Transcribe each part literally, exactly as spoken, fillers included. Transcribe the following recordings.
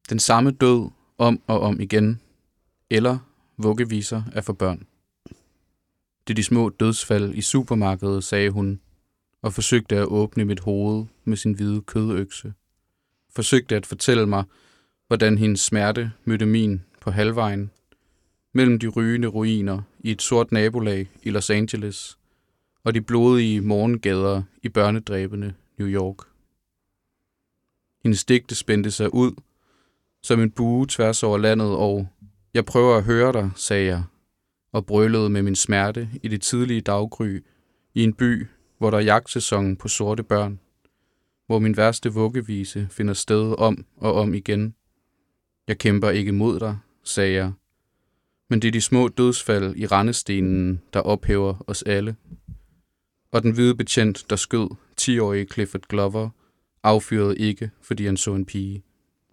Den samme død om og om igen, eller vuggeviser er for børn. Det er de små dødsfald i supermarkedet, sagde hun, og forsøgte at åbne mit hoved med sin hvide kødøkse. Forsøgte at fortælle mig, hvordan hendes smerte mødte min på halvvejen, mellem de rygende ruiner i et sort nabolag i Los Angeles og de blodige morgengader i børnedræbende New York. Hendes digte spændte sig ud som en bue tværs over landet, og jeg prøver at høre dig, sagde jeg, og brølede med min smerte i det tidlige daggry i en by, hvor der er jagtsæson på sorte børn, hvor min værste vuggevise finder sted om og om igen. Jeg kæmper ikke mod dig, sagde jeg, men det er de små dødsfald i rendestenen, der ophæver os alle. Og den hvide betjent, der skød ti-årige Clifford Glover, affyrede ikke, fordi han så en pige.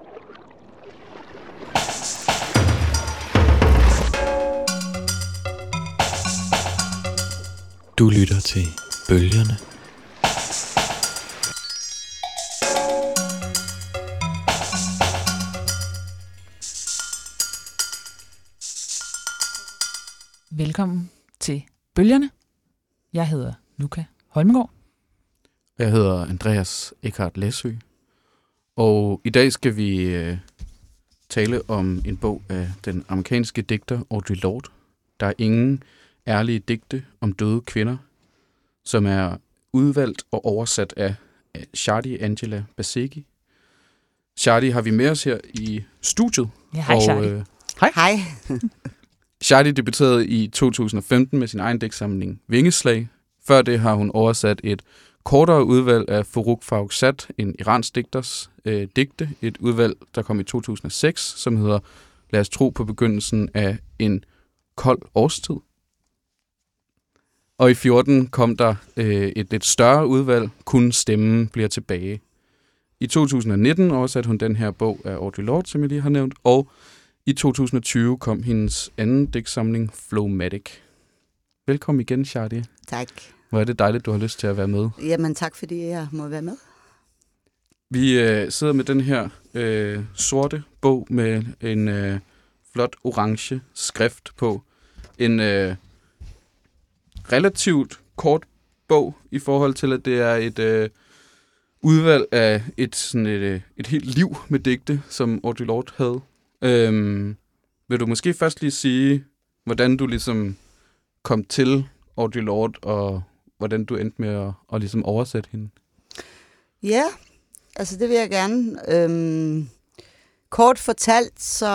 Du lytter til Bølgerne. Velkommen til Bølgerne. Jeg hedder Luca Holmgaard. Jeg hedder Andreas Eckhart Læsø. Og i dag skal vi øh, tale om en bog af den amerikanske digter Audre Lorde. Der er ingen ærlige digte om døde kvinder, som er udvalgt og oversat af Shadi Angela Bassegi. Shadi har vi med os her i studiet. Ja, hej Shadi. Øh, hej. Hej. Shadi debuterede i to tusind og femten med sin egen digtsamling Vingeslag. Før det har hun oversat et kortere udvalg af Forough Farrokhzad, en iransk digters øh, digte. Et udvalg, der kom i to tusind og seks, som hedder Lad os tro på begyndelsen af en kold årstid. Og i fjorten kom der øh, et lidt større udvalg, Kun stemmen bliver tilbage. I to tusind og nitten oversatte hun den her bog af Audre Lorde, som jeg lige har nævnt, og i to tusind og tyve kom hendes anden digtsamling, Flowmatic. Velkommen igen, Shadi. Tak. Hvor er det dejligt, du har lyst til at være med. Jamen tak, fordi jeg må være med. Vi øh, sidder med den her øh, sorte bog med en øh, flot orange skrift på. En øh, relativt kort bog i forhold til, at det er et øh, udvalg af et, sådan et, et helt liv med digte, som Audre Lorde havde. Øhm, vil du måske først lige sige, hvordan du ligesom kom til Audre Lorde, og hvordan du endte med at, at ligesom oversætte hende? Ja, altså det vil jeg gerne. Øhm, kort fortalt, så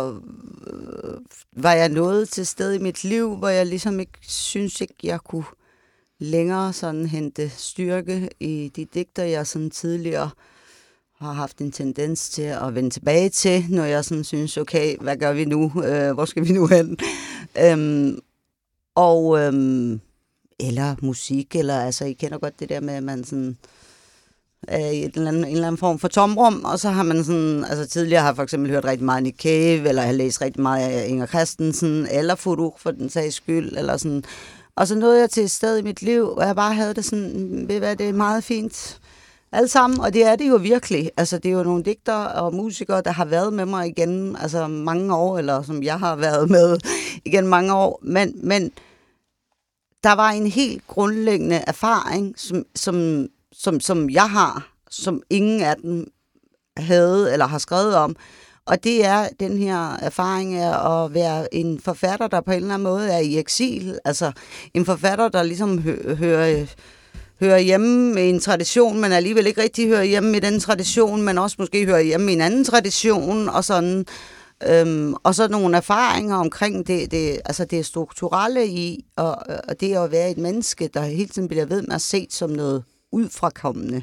øh, var jeg nået til et sted i mit liv, hvor jeg ligesom ikke synes ikke, jeg kunne længere sådan hente styrke i de digter, jeg sådan tidligere har haft en tendens til at vende tilbage til, når jeg sådan synes, okay, hvad gør vi nu? Øh, hvor skal vi nu hen? Øhm, og øhm, eller musik, eller altså, I kender godt det der med, at man sådan er i et eller andet, en eller anden form for tomrum, og så har man sådan, altså tidligere har jeg for eksempel hørt rigtig meget Nick Cave, eller har læst rigtig meget af Inger Christensen, eller Forough for den sags skyld, eller sådan. Og så nåede jeg til et sted i mit liv, hvor jeg bare havde det sådan, ved hvad, det er meget fint alle sammen, og det er det jo virkelig. Altså, det er jo nogle digtere og musikere, der har været med mig igen, altså mange år, eller som jeg har været med igen mange år, men, men der var en helt grundlæggende erfaring, som, som, som, som jeg har, som ingen af dem havde eller har skrevet om, og det er den her erfaring af at være en forfatter, der på en eller anden måde er i eksil, altså en forfatter, der ligesom hø- hører... hører hjemme i en tradition, men alligevel ikke rigtig hører hjemme i den tradition, men også måske hører hjemme i en anden tradition, og sådan. Øhm, og så nogle erfaringer omkring det, det, altså det strukturelle i, og, og det at være et menneske, der hele tiden bliver ved med at se som noget udfrakommende.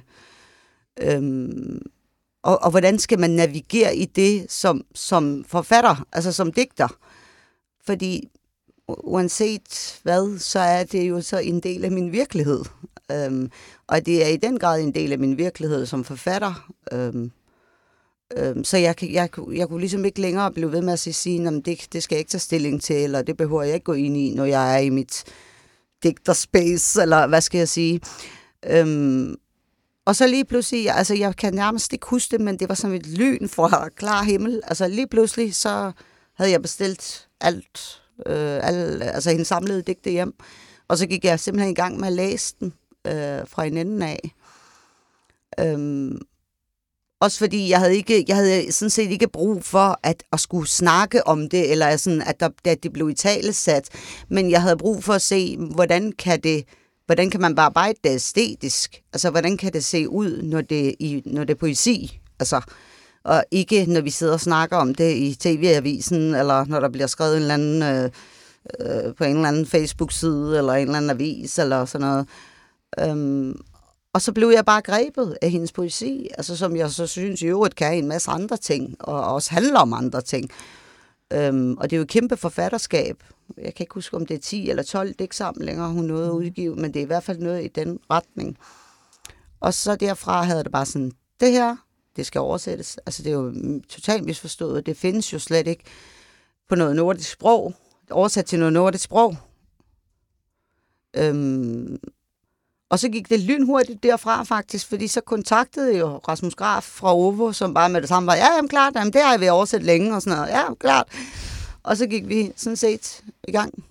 Øhm, og, og hvordan skal man navigere i det som, som forfatter, altså som digter? Fordi uanset hvad, så er det jo så en del af min virkelighed. Øhm, og det er i den grad en del af min virkelighed som forfatter. Øhm, øhm, så jeg, jeg, jeg kunne ligesom ikke længere blive ved med at sige, at det, det skal jeg ikke tage stilling til, eller det behøver jeg ikke gå ind i, når jeg er i mit digterspace, eller hvad skal jeg sige. Øhm, og så lige pludselig, altså jeg kan nærmest ikke huske det, men det var som et lyn fra klar himmel. Altså lige pludselig, så havde jeg bestilt alt, øh, alt altså hendes samlede digte hjem. Og så gik jeg simpelthen i gang med at læse den øh, fra en ende af. Øhm, også fordi jeg havde ikke, jeg havde sådan set ikke brug for at, at skulle snakke om det, eller sådan, at, der, at det blev italesat. Men jeg havde brug for at se, hvordan kan det, hvordan kan man bearbejde det æstetisk? Altså, hvordan kan det se ud, når det, i, når det er poesi? Altså, og ikke når vi sidder og snakker om det i tv-avisen, eller når der bliver skrevet en eller anden, øh, øh, på en eller anden Facebook-side, eller en eller anden avis, eller sådan noget. Øhm, og så blev jeg bare grebet af hendes poesi, altså som jeg så synes i øvrigt kan en masse andre ting, og også handler om andre ting. Øhm, og det er jo et kæmpe forfatterskab. Jeg kan ikke huske, om det er ti eller tolv digtsamlinger, hun nåede at udgive, men det er i hvert fald noget i den retning. Og så derfra havde det bare sådan, det her, det skal oversættes. Altså det er jo totalt misforstået. Det findes jo slet ikke på noget nordisk sprog. Oversat til noget nordisk sprog. Øhm, og så gik det lynhurtigt derfra faktisk, fordi så kontaktede jeg jo Rasmus Graf fra Ovo, som bare med det samme var, ja, jamen klart, jamen, det har jeg ved at oversætte længe og sådan noget. Ja, klart. Og så gik vi sådan set i gang.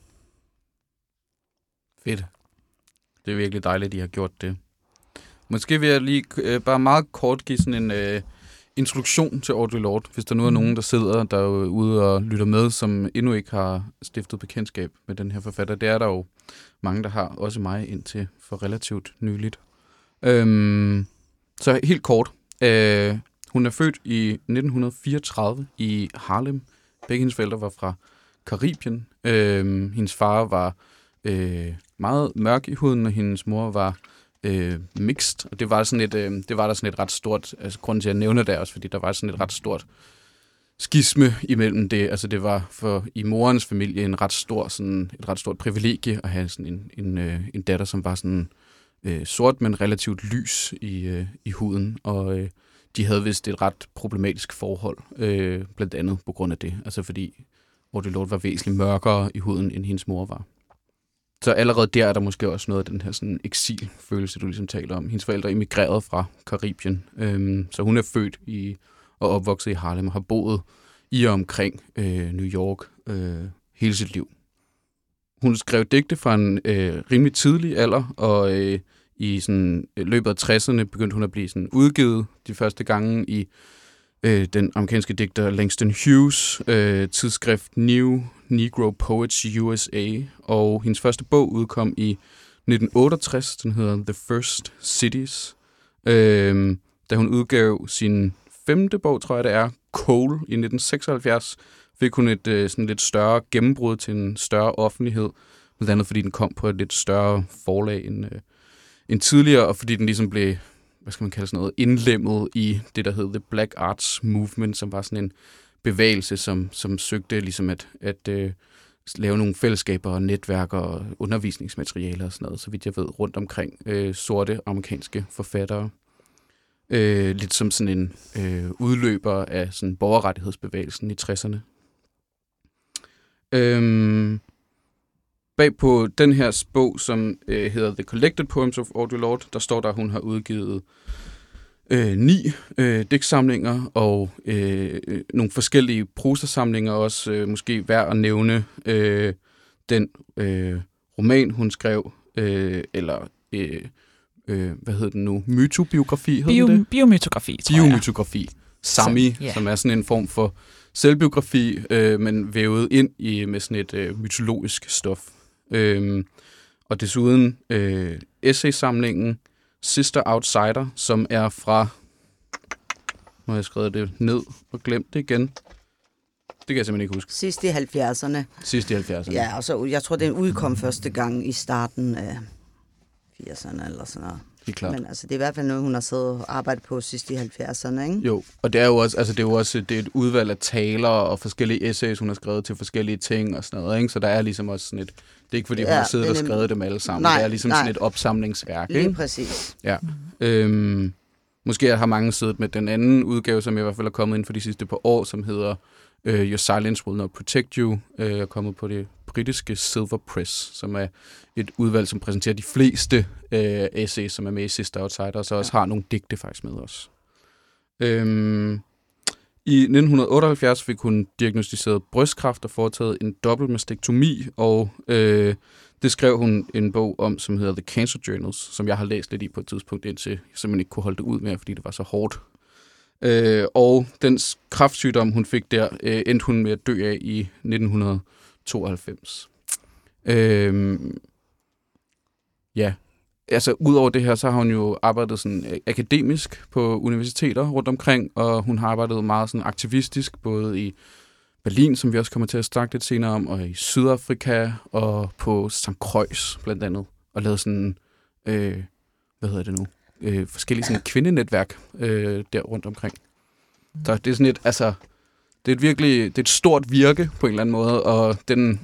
Fedt. Det er virkelig dejligt, at I har gjort det. Måske vil jeg lige øh, bare meget kort give sådan en øh, introduktion til Audre Lorde, hvis der nu er nogen, der sidder derude og lytter med, som endnu ikke har stiftet bekendtskab med den her forfatter. Det er der jo mange, der har, også mig indtil for relativt nyligt. Øhm, så helt kort. Øh, hun er født i nitten fireogtredive i Harlem. Begge hendes forældre var fra Karibien. Øh, hendes far var øh, meget mørk i huden, og hendes mor var øh, mixed. Og det var, sådan et, øh, det var der sådan et ret stort, altså grunden til at jeg nævner det også, fordi der var sådan et ret stort skisme imellem det. Altså det var for i morens familie en ret stor, sådan, et ret stort privilegie at have sådan en, en, øh, en datter, som var sådan øh, sort, men relativt lys i, øh, i huden. Og øh, de havde vist et ret problematisk forhold, øh, blandt andet på grund af det. Altså fordi Audre Lorde var væsentligt mørkere i huden, end hendes mor var. Så allerede der er der måske også noget af den her sådan eksilfølelse, du ligesom taler om. Hendes forældre emigrerede fra Karibien, øh, så hun er født i og opvokset i Harlem og har boet i og omkring øh, New York øh, hele sit liv. Hun skrev digte fra en øh, rimelig tidlig alder, og øh, i sådan, løbet af tresserne begyndte hun at blive sådan, udgivet de første gange i øh, den amerikanske digter Langston Hughes øh, tidsskrift New Negro Poets U S A, og hendes første bog udkom i nitten otteogtres, den hedder The First Cities, øh, da hun udgav sin femte bog, tror jeg det er, Coal, i nitten seksoghalvfjerds, fik hun et øh, sådan lidt større gennembrud til en større offentlighed, blandt andet fordi den kom på et lidt større forlag end, øh, end tidligere, og fordi den ligesom blev, hvad skal man kalde sådan noget, indlemmet i det, der hed The Black Arts Movement, som var sådan en bevægelse, som, som søgte ligesom at, at øh, lave nogle fællesskaber og netværker og undervisningsmaterialer og sådan noget, så vidt jeg ved, rundt omkring øh, sorte amerikanske forfattere. Øh, lidt som sådan en øh, udløber af sådan borgerrettighedsbevægelsen i tresserne. Øhm, bag på den her bog, som øh, hedder The Collected Poems of Audre Lorde, der står der, at hun har udgivet øh, ni øh, digtsamlinger og øh, nogle forskellige prosasamlinger, også øh, måske værd at nævne øh, den øh, roman, hun skrev, øh, eller øh, øh, hvad hedder den nu? Mytobiografi, hedder Bio, det? Biomytografi, tror jeg. Biomytografi. Sami, Så, yeah. som er sådan en form for selvbiografi, øh, men vævet ind i med sådan et øh, mytologisk stof. Øh, og desuden øh, essaysamlingen Sister Outsider, som er fra... Nu har jeg skrevet det ned og glemt det igen. Det kan jeg simpelthen ikke huske. Sidst i halvfjerdserne. Sidst i halvfjerdserne. Ja, og så jeg tror, den udkom første gang i starten af firserne eller sådan noget. Det er klart. Men altså, det er i hvert fald noget, hun har siddet og arbejdet på sidst i halvfjerdserne, ikke? Jo, og det er jo også, altså det er jo også det er et udvalg af taler og forskellige essays, hun har skrevet til forskellige ting og sådan noget, ikke? Så der er ligesom også sådan et, det er ikke fordi, hun ja, har siddet og skrevet dem alle sammen. Nej, det er ligesom nej. sådan et opsamlingsværk, ikke? Lige præcis. Ja. Mm-hmm. Øhm, måske har mange siddet med den anden udgave, som i hvert fald er kommet ind for de sidste par år, som hedder uh, Your Silence Will Not Protect You, uh, er kommet på det britiske Silver Press, som er et udvalg, som præsenterer de fleste øh, essays, som er med i Sister Outsider, og så også har nogle digte faktisk med os. Øhm, I nitten otteoghalvfjerds fik hun diagnosticeret brystkræft og foretaget en dobbeltmastektomi, og øh, det skrev hun en bog om, som hedder The Cancer Journals, som jeg har læst lidt i på et tidspunkt, indtil jeg simpelthen ikke kunne holde det ud mere, fordi det var så hårdt. Øh, og den kræftsygdom, hun fik der, øh, endte hun med at dø af i nitten tooghalvfems. Øh, ja, altså udover det her, så har hun jo arbejdet sådan akademisk på universiteter rundt omkring, og hun har arbejdet meget sådan aktivistisk, både i Berlin, som vi også kommer til at snakke lidt senere om, og i Sydafrika, og på Sankt Croix blandt andet, og lavet sådan, øh, hvad hedder det nu, øh, forskellige sådan kvindenetværk øh, der rundt omkring. Mm. Så det er sådan et, altså, det er et virkelig, det er et stort virke på en eller anden måde, og den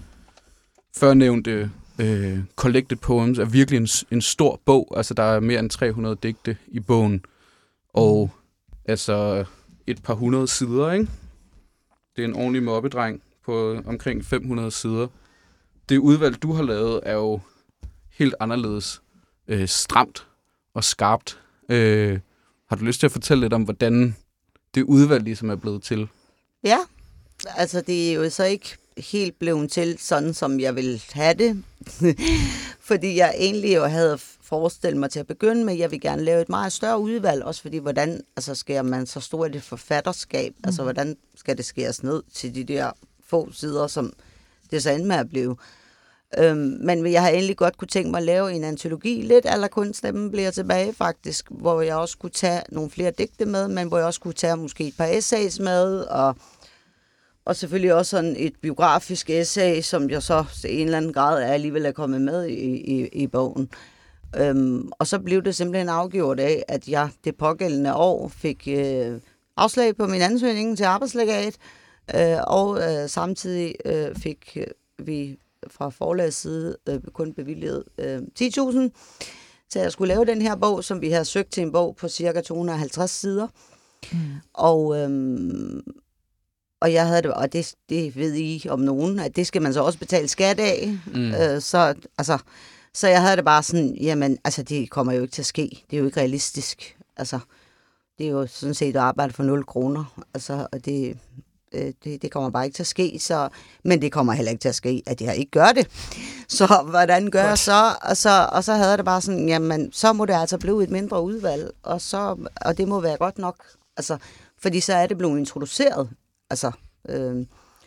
førnævnte øh, Collected Poems er virkelig en, en stor bog, altså der er mere end tre hundrede digte i bogen, og altså et par hundrede sider, ikke? Det er en ordentlig mobbedreng på omkring fem hundrede sider. Det udvalg, du har lavet, er jo helt anderledes øh, stramt og skarpt. Øh, har du lyst til at fortælle lidt om, hvordan det udvalg ligesom er blevet til? Ja, altså det er jo så ikke helt blevet til sådan, som jeg ville have det. Fordi jeg egentlig jo havde forestillet mig til at begynde med, at jeg vil gerne lave et meget større udvalg, også fordi, hvordan altså, skærer man så stort et forfatterskab? Mm. Altså, hvordan skal det skæres ned til de der få sider, som det så endte med at blive? Øhm, men jeg har egentlig godt kunne tænke mig at lave en antologi, lidt eller kun stemmen bliver tilbage faktisk, hvor jeg også kunne tage nogle flere digte med, men hvor jeg også kunne tage måske et par essays med, og, og selvfølgelig også sådan et biografisk essay, som jeg så i en eller anden grad er alligevel er kommet med i, i, i bogen. Øhm, og så blev det simpelthen afgjort af, at jeg det pågældende år fik øh, afslag på min ansøgning til arbejdslegat, øh, og øh, samtidig øh, fik øh, vi fra forlagets side øh, kun bevilget øh, ti tusind til at jeg skulle lave den her bog, som vi har søgt til en bog på cirka to hundrede og halvtreds sider. Mm. Og, øhm, og jeg havde det, og det, det ved I om nogen, at det skal man så også betale skat af. Mm. Øh, så, altså, så jeg havde det bare sådan, jamen, altså det kommer jo ikke til at ske. Det er jo ikke realistisk. Altså, det er jo sådan set at arbejde for nul kroner. Altså, og det... Det, det kommer bare ikke til at ske, så, men det kommer heller ikke til at ske, at jeg ikke gør det. Så hvordan gør jeg så? Og, så? og så havde det bare sådan, jamen, så må det altså blive et mindre udvalg, og, så, og det må være godt nok, altså, fordi så er det blevet introduceret. Altså, øhm,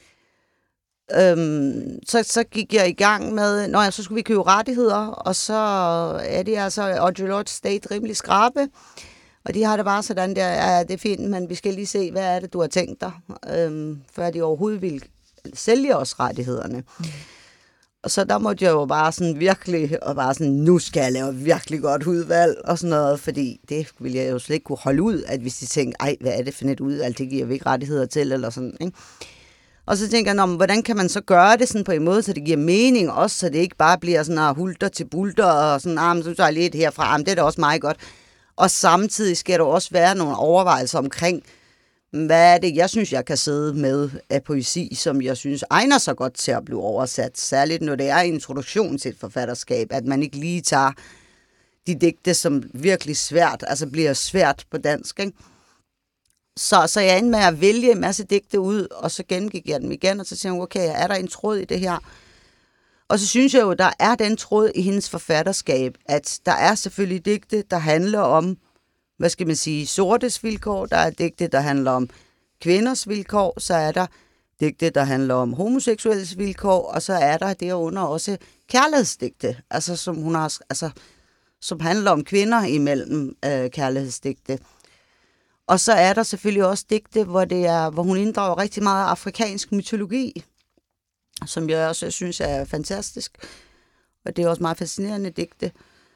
øhm, så, så gik jeg i gang med, når jeg så skulle vi købe rettigheder, og så er det altså Audre Lorde Estate rimelig skrabe. Og de har det bare sådan der, ja, det er fint, men vi skal lige se, hvad er det, du har tænkt dig, øhm, før de overhovedet vil sælge os rettighederne. Mm. Og så der måtte jeg jo bare sådan virkelig, og bare sådan, nu skal jeg lave virkelig godt udvalg, og sådan noget, fordi det ville jeg jo slet ikke kunne holde ud, at hvis de tænkte, ej, hvad er det for et udvalg, det giver vi ikke rettigheder til, eller sådan, ikke? Og så tænker jeg, hvordan kan man så gøre det sådan på en måde, så det giver mening også, så det ikke bare bliver sådan her hulter til bulter, og sådan, ah, men så tager jeg lidt herfra, ah, men det er da også meget godt. Og samtidig skal der også være nogle overvejelser omkring, hvad er det, jeg synes, jeg kan sidde med af poesi, som jeg synes egner sig godt til at blive oversat. Særligt når det er introduktion til et forfatterskab, at man ikke lige tager de digte, som virkelig svært, altså bliver svært på dansk, ikke? Så, så jeg endte med at vælge en masse digte ud, og så gennemgik jeg dem igen, og så tænkte jeg, okay, er der en tråd i det her? Og så synes jeg jo, der er den tråd i hendes forfatterskab, at der er selvfølgelig digte, der handler om, hvad skal man sige, sortes vilkår, der er digte, der handler om kvinders vilkår, så er der digte, der handler om homoseksuelles vilkår, og så er der derunder også kærlighedsdigte, altså som hun har, altså som handler om kvinder imellem øh, kærlighedsdigte. Og så er der selvfølgelig også digte, hvor det er, hvor hun inddrager rigtig meget afrikansk mytologi, som jeg også synes er fantastisk. Og det er også meget fascinerende digte.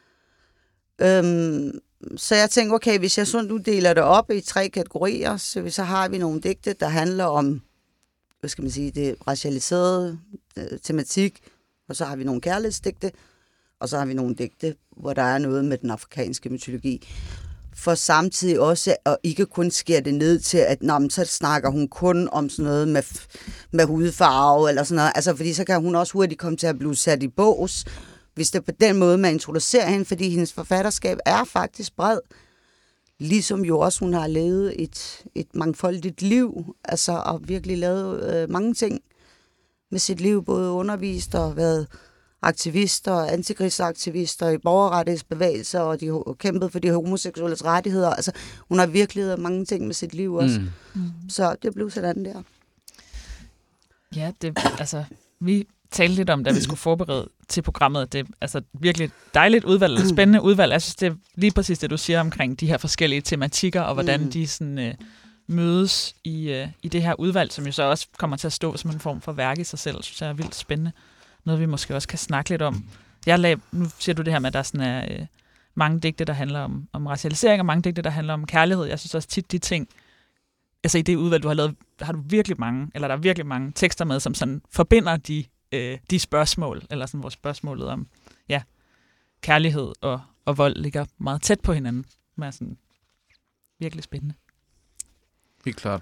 Øhm, så jeg tænker, okay, hvis jeg sådan nu deler det op i tre kategorier, så, så har vi nogle digte, der handler om, hvad skal man sige, det racialiserede øh, tematik, og så har vi nogle kærlighedsdigte, og så har vi nogle digte, hvor der er noget med den afrikanske mytologi. for samtidig også at ikke kun skære det ned til, at nå, så snakker hun kun om sådan noget med, med hudfarve eller sådan noget. Altså, fordi så kan hun også hurtigt komme til at blive sat i bås, hvis det er på den måde, man introducerer hende, fordi hendes forfatterskab er faktisk bred. Ligesom jo også, hun har levet et, et mangfoldigt liv, altså og virkelig lavet øh, mange ting med sit liv, både undervist og været aktivister og antikrigsaktivister i borgerrettighedsbevægelser, og de har kæmpet for de homoseksuelles rettigheder. Altså, hun har virkelig lavet mange ting med sit liv også. Mm. Mm. Så det blev sådan der. Ja, det, altså, vi talte lidt om, da vi skulle forberede til programmet. Det er altså virkelig dejligt udvalg, spændende udvalg. Jeg synes, det er lige præcis det, du siger omkring de her forskellige tematikker, og hvordan mm. de sådan, øh, mødes i, øh, i det her udvalg, som jo så også kommer til at stå som en form for værk i sig selv. Det synes jeg er vildt spændende. Noget, vi måske også kan snakke lidt om. Jeg lag, nu siger du det her med, at der sådan er øh, mange digte, der handler om, om racialisering, og mange digte, der handler om kærlighed. Jeg synes også tit, de ting, altså i det udvalg, du har lavet, har du virkelig mange, eller der er virkelig mange tekster med, som sådan forbinder de, øh, de spørgsmål, eller sådan hvor spørgsmålet om, ja, kærlighed og, og vold ligger meget tæt på hinanden. Det er sådan virkelig spændende. Helt klart.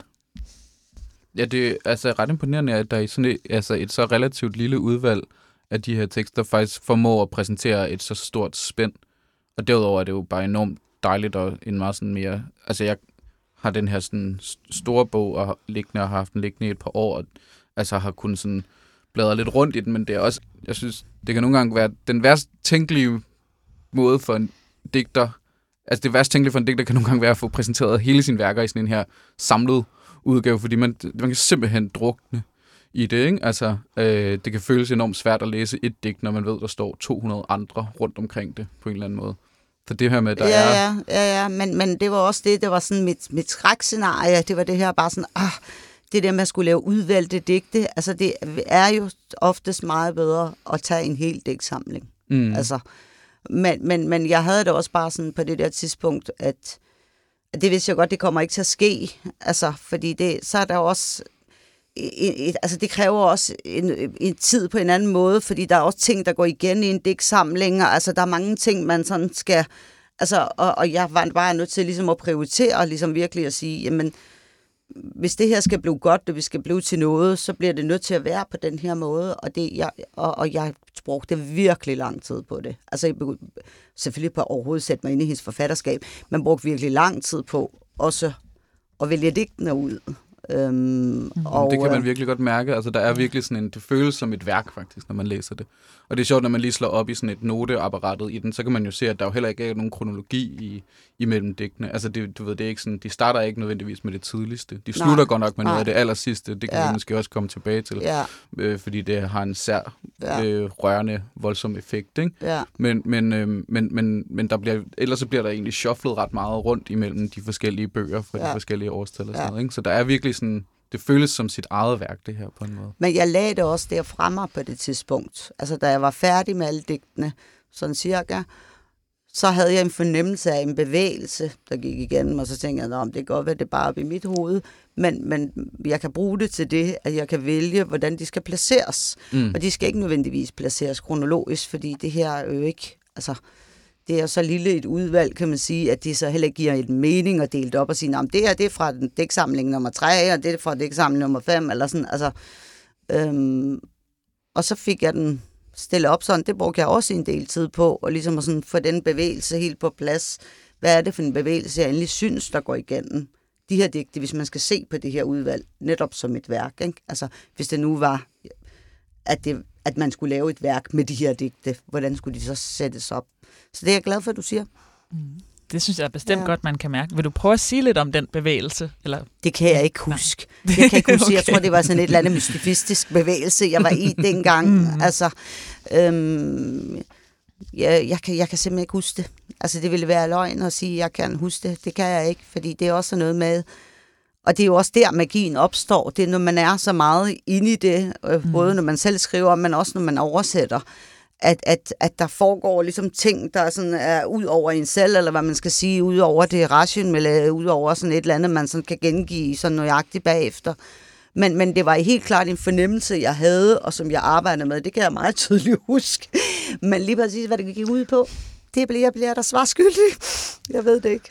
Ja, det er altså ret imponerende, at der i sådan et, altså et så relativt lille udvalg af de her tekster faktisk formår at præsentere et så stort spænd. Og derudover er det jo bare enormt dejligt og en meget sådan mere... Altså jeg har den her sådan store bog og liggende og har haft den liggende i et par år, og altså har kunnet sådan bladre lidt rundt i den, men det er også... Jeg synes, det kan nogle gange være den værst tænkelige måde for en digter... Altså det værst tænkelige for en digter kan nogle gange være at få præsenteret hele sine værker i sådan en her samlet udgave, fordi man, man kan simpelthen drukne i det, ikke? Altså, øh, det kan føles enormt svært at læse et digt, når man ved, der står to hundrede andre rundt omkring det, på en eller anden måde. Så det her med, der ja, er... Ja, ja, ja, men, men det var også det, det var sådan mit, mit skrækscenarie, det var det her bare sådan, ah, det der med at skulle lave udvalgte digte, altså det er jo oftest meget bedre at tage en hel digtsamling. Mm. Altså, men, men, men jeg havde det også bare sådan på det der tidspunkt, at det vidste jeg godt, det kommer ikke til at ske, altså, fordi det, så er der også, et, et, altså det kræver også en, en tid på en anden måde, fordi der er også ting, der går igen i en digtsamling, og altså der er mange ting, man sådan skal, altså, og, og jeg var bare nødt til ligesom at prioritere, ligesom virkelig at sige, jamen, hvis det her skal blive godt, og vi skal blive til noget, så bliver det nødt til at være på den her måde, og, det, jeg, og, og jeg brugte virkelig lang tid på det. Altså, jeg begyndte selvfølgelig på at overhovedet sætte mig ind i hendes forfatterskab, men brugte virkelig lang tid på også at vælge digtene ud. Øhm, mm. og, det kan man virkelig godt mærke. Altså, der er virkelig sådan en, det føles som et værk, faktisk, når man læser det. Og det er sjovt, når man lige slår op i sådan et noteapparatet i den, så kan man jo se, at der jo heller ikke er nogen kronologi i, imellem digtene. Altså, det, du ved, det er ikke sådan, de starter ikke nødvendigvis med det tidligste. De slutter nej, godt nok med noget nej. af det allersidste. Det kan ja. vi måske også komme tilbage til. Ja. Øh, fordi det har en sær, ja. øh, rørende, voldsom effekt, ikke? Ja. Men, men, øh, men, men, men der bliver, ellers så bliver der egentlig shufflet ret meget rundt imellem de forskellige bøger fra ja. de forskellige årstal og sådan ja. noget, ikke? Så der er virkelig sådan... Det føles som sit eget værk, det her, på en måde. Men jeg lagde det også der fremme på det tidspunkt. Altså, da jeg var færdig med alle digtene, sådan cirka, så havde jeg en fornemmelse af en bevægelse, der gik igennem, og så tænkte jeg, om det kan godt være, det er bare op i mit hoved, men, men jeg kan bruge det til det, at jeg kan vælge, hvordan de skal placeres. Mm. Og de skal ikke nødvendigvis placeres kronologisk, fordi det her er jo ikke... Altså, det er så lille et udvalg, kan man sige, at det så heller ikke giver et mening at dele det op og sige, om det her det er fra digtsamling nummer tre, og det er fra digtsamling nummer fem, eller sådan, altså. Øhm, og så fik jeg den stillet op sådan, det brugte jeg også en del tid på, og ligesom at sådan få den bevægelse helt på plads. Hvad er det for en bevægelse, jeg endelig synes, der går igennem de her digte, hvis man skal se på det her udvalg, netop som et værk, ikke? Altså, hvis det nu var, at, det, at man skulle lave et værk med de her digte, hvordan skulle de så sættes op? Så det er jeg glad for, at du siger. Mm. Det synes jeg bestemt ja. godt, man kan mærke. Vil du prøve at sige lidt om den bevægelse? Eller? Det kan jeg ikke huske. Nej. Jeg kan ikke huske. okay. Jeg tror, det var sådan et eller andet mystifistisk bevægelse, jeg var i dengang. Mm. Altså, øhm, jeg, jeg, kan, jeg kan simpelthen ikke huske det. Altså, det ville være løgn at sige, at jeg kan huske det. Det kan jeg ikke, fordi det er også noget med... Og det er jo også der, magien opstår. Det er, når man er så meget inde i det, mm. både når man selv skriver, men også når man oversætter. At, at, at der foregår ligesom ting, der sådan er ud over en selv, eller hvad man skal sige, ud over det rationelle, ud over sådan et eller andet, man sådan kan gengive sådan nøjagtigt bagefter. Men, men det var helt klart en fornemmelse, jeg havde, og som jeg arbejdede med. Det kan jeg meget tydeligt huske. Men lige præcis, hvad det gik ud på, det bliver, jeg bliver der svar skyldig. Jeg ved det ikke.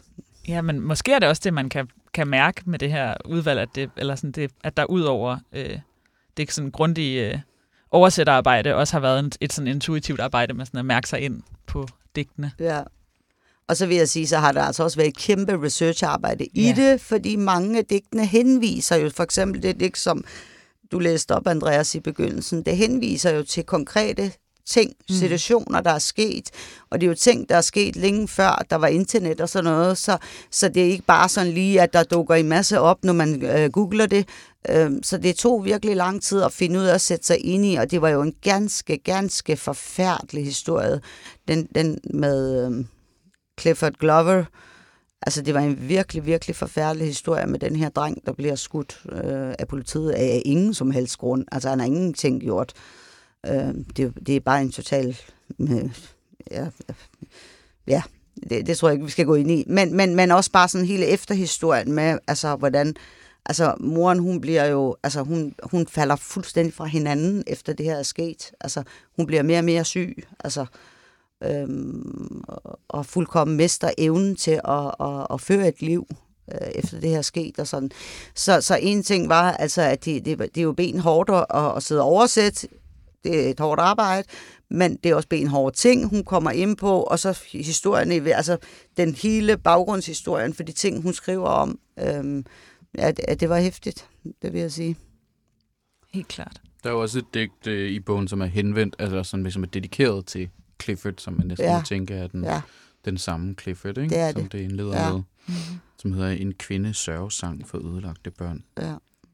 Ja, men måske er det også det, man kan, kan mærke med det her udvalg, at, det, eller sådan det, at der udover øh, det sådan grundige øh, oversætterarbejde, også har været et, et sådan intuitivt arbejde med sådan at mærke sig ind på digtene. Ja. Og så vil jeg sige, så har der altså også været et kæmpe researcharbejde i Ja. det, fordi mange af digtene henviser jo, for eksempel det digt, som du læste op, Andreas, i begyndelsen, det henviser jo til konkrete ting, situationer, der er sket, og det er jo ting, der er sket længe før, der var internet og sådan noget, så, så det er ikke bare sådan lige, at der dukker en masse op, når man øh, googler det, øh, så det tog virkelig lang tid at finde ud af at sætte sig ind i, og det var jo en ganske, ganske forfærdelig historie, den, den med øh, Clifford Glover. Altså, det var en virkelig, virkelig forfærdelig historie med den her dreng, der bliver skudt øh, af politiet af ingen som helst grund. Altså, han har ingenting gjort. Øh, det, det er bare en total... Øh, ja, ja det, det tror jeg ikke, vi skal gå ind i. Men, men, men også bare sådan hele efterhistorien med, altså, hvordan... Altså, moren, hun bliver jo... Altså, hun, hun falder fuldstændig fra hinanden, efter det her er sket. Altså, hun bliver mere og mere syg. Altså... Øhm, og fuldkommen mister evnen til at, at, at føre et liv øh, efter det her sket og sådan. Så, så en ting var altså, at det, det, det er jo benhårdt at, at sidde og oversætte. Det er et hårdt arbejde, men det er også benhårde ting, hun kommer ind på, og så historien, altså den hele baggrundshistorien for de ting, hun skriver om, øhm, at, at det var hæftigt, det vil jeg sige. Helt klart. Der er jo også et digt øh, i bogen, som er henvendt, altså som ligesom er dedikeret til Clifford, som man næsten Ja. tænker er den, Ja. den samme Clifford, ikke? Det er som det. det indleder Ja. med, Mm-hmm. som hedder En kvinde sørgesang for ødelagte børn. Ja.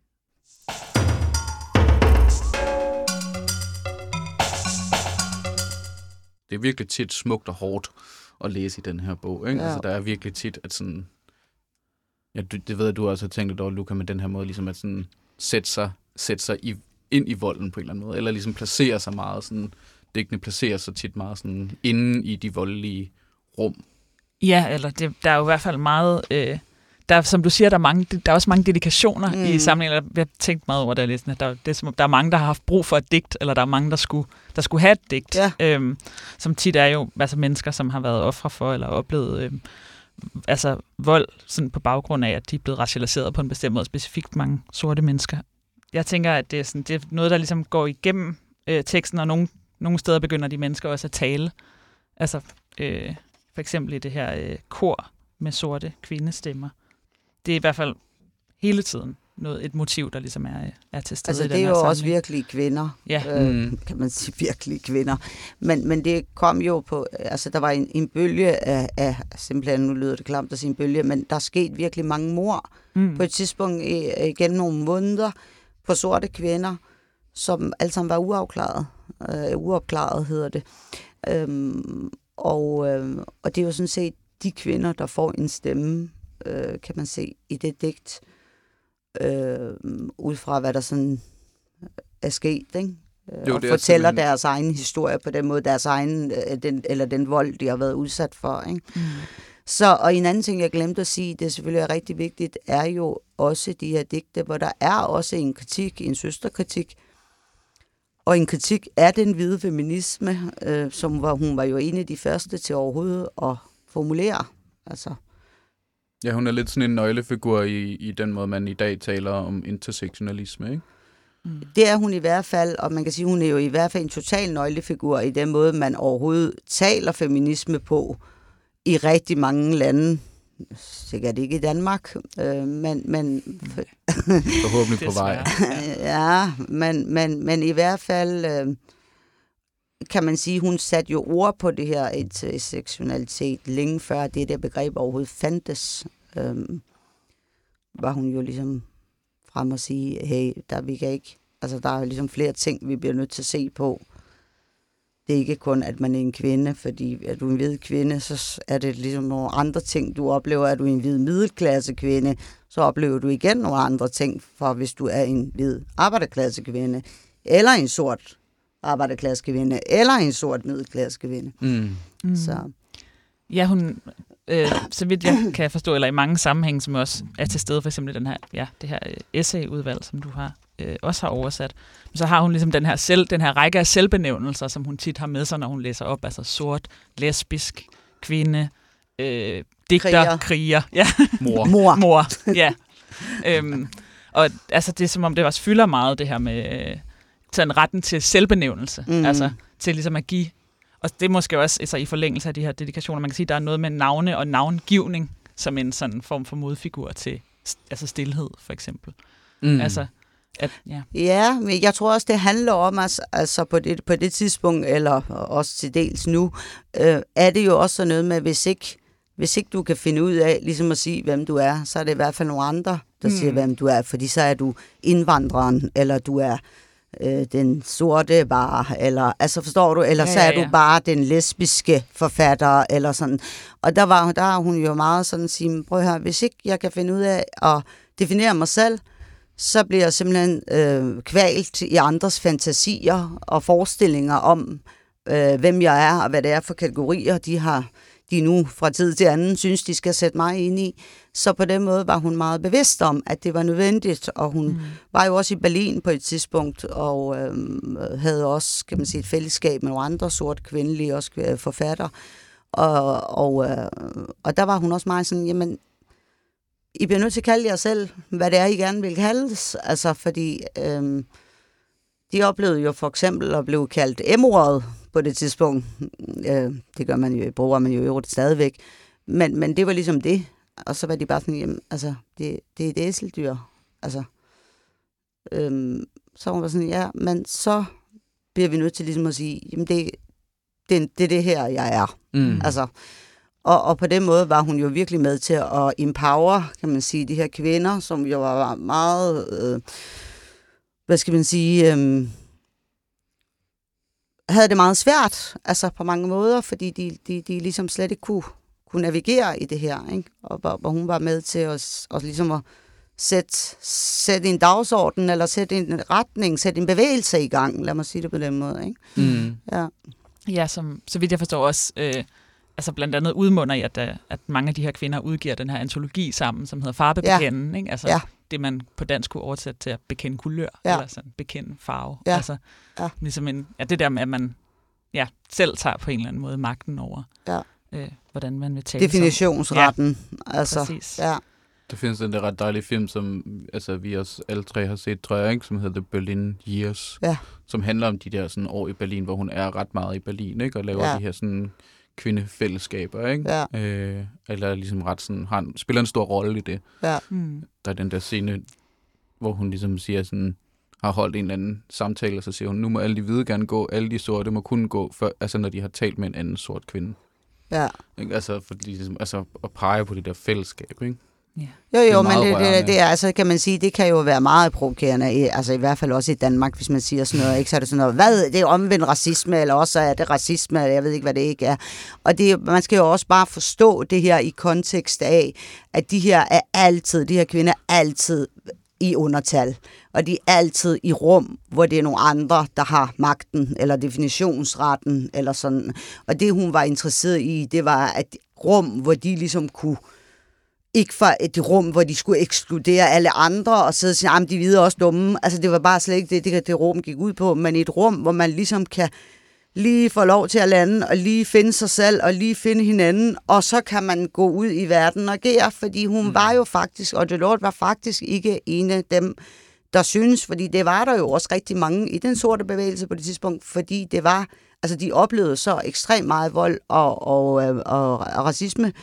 Det er virkelig tit smukt og hårdt at læse i den her bog, ikke? Ja. Altså, der er virkelig tit, at sådan... Ja, du, det ved jeg, du også har tænkt lidt over, Luca, med den her måde, ligesom at sådan sætte sig, sætte sig i, ind i volden på en eller anden måde, eller ligesom placere sig meget sådan... Digtene placerer sig tit meget sådan inde i de voldelige rum. Ja, eller det, der er jo i hvert fald meget... Øh, der er, som du siger, der er, mange, der er også mange dedikationer mm. i samlingen. Jeg har tænkt meget over det, jeg læste. Der, det er, som, der er mange, der har haft brug for et digt, eller der er mange, der skulle, der skulle have et digt. Ja. Øhm, som tit er jo altså mennesker, som har været ofre for, eller oplevet øhm, altså vold sådan på baggrund af, at de er blevet racialiseret på en bestemt måde, specifikt mange sorte mennesker. Jeg tænker, at det er, sådan, det er noget, der ligesom går igennem øh, teksten, og nogle, nogle steder begynder de mennesker også at tale. Altså øh, for eksempel i det her øh, kor med sorte kvindestemmer. Det er i hvert fald hele tiden noget, et motiv, der ligesom er, er til stede Altså, i den det er her jo samling. også virkelig kvinder, Ja. øh, Mm. kan man sige, virkelig kvinder. Men, men det kom jo på, altså der var en, en bølge af, af, simpelthen, nu lyder det klamt at sige en bølge, men der skete virkelig mange mord Mm. på et tidspunkt igennem nogle måneder på sorte kvinder, som alle sammen var uafklaret. Øh, uopklaret hedder det. Øhm, og, øh, og det er jo sådan set de kvinder, der får en stemme, øh, kan man se, i det digt, øh, ud fra hvad der sådan er sket, ikke? Jo, Og det er fortæller simpelthen- deres egen historie på den måde, deres egen, øh, den, eller den vold, de har været udsat for, ikke? Mm. Så, og en anden ting, jeg glemte at sige, det selvfølgelig er rigtig vigtigt, er jo også de her digte, hvor der er også en kritik, en søsterkritik, og en kritik af den hvide feminisme, øh, som var, hun var jo en af de første til overhovedet at formulere. Altså, Ja, hun er lidt sådan en nøglefigur i, i den måde, man i dag taler om intersektionalisme, ikke? Mm. det er hun i hvert fald, og man kan sige, hun er jo i hvert fald en total nøglefigur i den måde, man overhovedet taler feminisme på i rigtig mange lande. Sikkert ikke i Danmark, øh, men, men Forhåbentlig på vej. Desværre. ja, men, men, men i hvert fald øh, kan man sige, hun satte jo ord på det her intersektionalitet længe før det der begreb overhovedet fandtes. Øh, var hun jo ligesom frem og sige, hey, der vi kan ikke, altså der er ligesom flere ting, vi bliver nødt til at se på. Det er ikke kun, at man er en kvinde, fordi er du en hvid kvinde, så er det ligesom nogle andre ting, du oplever. Er du en hvid middelklasse kvinde, så oplever du igen nogle andre ting, for hvis du er en hvid arbejderklasse kvinde, eller en sort arbejderklasse kvinde, eller en sort middelklasse kvinde. Mm. Mm. Så Ja, hun, øh, så vidt jeg kan forstå, eller i mange sammenhænge, som også er til stede, for eksempel den her, ja, det her øh, essayudvalg, som du har øh, også har oversat, så har hun ligesom den her, selv, den her række af selvbenævnelser, som hun tit har med sig, når hun læser op, altså sort, lesbisk, kvinde, øh, digter, Kriger. kriger. Ja. Mor. Mor. Mor, ja. øhm, og altså, det er som om, det også fylder meget, det her med øh, sådan retten til selvbenævnelse. Mm. Altså, til ligesom at give. Og det er måske også altså, i forlængelse af de her dedikationer, man kan sige, der er noget med navne og navngivning, som en sådan form for modfigur til altså stilhed, for eksempel. Mm. Altså, at, ja. Ja, men jeg tror også, det handler om, altså, altså på, det, på det tidspunkt, eller også til dels nu, øh, er det jo også sådan noget med, hvis ikke, hvis ikke du kan finde ud af ligesom at sige, hvem du er, så er det i hvert fald nogle andre, der mm. siger, hvem du er, fordi så er du indvandreren, eller du er øh, den sorte bare, eller altså forstår du, eller ja, så er ja, ja. du bare den lesbiske forfatter, eller sådan. Og der var der er hun jo meget sådan at sige, prøv her, hvis ikke jeg kan finde ud af at definere mig selv, så bliver jeg simpelthen øh, kvalt i andres fantasier og forestillinger om, øh, hvem jeg er, og hvad det er for kategorier, de har de nu fra tid til anden synes, de skal sætte mig ind i. Så på den måde var hun meget bevidst om, at det var nødvendigt, og hun mm. var jo også i Berlin på et tidspunkt, og øh, havde også, kan man sige, et fællesskab med nogle andre sort kvindelige også forfatter. Og, og, øh, og der var hun også meget sådan, jamen, I bliver nødt til at kalde jer selv, hvad det er, I gerne vil kaldes. Altså, fordi øh, de oplevede jo for eksempel at blive kaldt M-ordet på det tidspunkt. Øh, det gør man jo, bruger man jo i øvrigt stadigvæk. Men, men det var ligesom det. Og så var de bare sådan, jamen, altså, det, det er et æseldyr. Altså, øh, så var sådan, ja, men så bliver vi nødt til ligesom at sige, jamen, det, det, det er det her, jeg er. Mm. Altså, Og, og på den måde var hun jo virkelig med til at empower, kan man sige, de her kvinder, som jo var meget, øh, hvad skal man sige, øh, havde det meget svært, altså på mange måder, fordi de, de, de ligesom slet ikke kunne, kunne navigere i det her, ikke? Og hvor, hvor hun var med til at, og ligesom at sætte, sætte en dagsorden, eller sætte en retning, sætte en bevægelse i gang, lad mig sige det på den måde, ikke? Mm. Ja. Ja, som, så vidt jeg forstår også, øh, altså blandt andet udmunder i, at, at mange af de her kvinder udgiver den her antologi sammen, som hedder Farbebekenden, ja. Ikke? Altså ja. Det, man på dansk kunne oversætte til at bekende kulør, ja. Eller sådan bekende farve. Ja. Altså, ja. Ligesom en, ja, det der med, at man ja, selv tager på en eller anden måde magten over, ja. øh, hvordan man vil tale. Definitionsretten. Ja. Altså, præcis. Ja. Der findes den der ret dejlige film, som altså, vi også alle tre har set, tror jeg, ikke? Som hedder The Berlin Years, ja. Som handler om de der sådan, år i Berlin, hvor hun er ret meget i Berlin, ikke? Og laver ja. de her sådan kvindefællesskaber, ikke? Ja. Øh, eller ligesom ret sådan, har en, spiller en stor rolle i det. Ja. Mm. Der er den der scene, hvor hun ligesom siger sådan, har holdt en eller anden samtale, og så siger hun, nu må alle de hvide gerne gå, alle de sorte må kun gå, for, altså når de har talt med en anden sort kvinde. Ja. Ikke? Altså, for ligesom, altså at pege på det der fællesskab, ikke? Ja. Jo, jo, det men det, det, det er, altså, kan man sige, det kan jo være meget provokerende, altså i hvert fald også i Danmark, hvis man siger sådan noget, ikke? Så er det sådan noget, hvad, det er omvendt racisme, eller også er det racisme, jeg ved ikke, hvad det ikke er. Og det, man skal jo også bare forstå det her i kontekst af, at de her er altid, de her kvinder er altid i undertal, og de er altid i rum, hvor det er nogle andre, der har magten, eller definitionsretten, eller sådan. Og det, hun var interesseret i, det var at rum, hvor de ligesom kunne ikke for et rum, hvor de skulle ekskludere alle andre og sidde og sige, at de hvide er også dumme. Altså, det var bare slet ikke det, det, det rum gik ud på, men et rum, hvor man ligesom kan lige få lov til at lande, og lige finde sig selv, og lige finde hinanden, og så kan man gå ud i verden og agere, fordi hun mm. var jo faktisk, og Delort var faktisk ikke en af dem, der synes, fordi det var der jo også rigtig mange i den sorte bevægelse på det tidspunkt, fordi det var, altså de oplevede så ekstremt meget vold og, og, og, og, og racisme,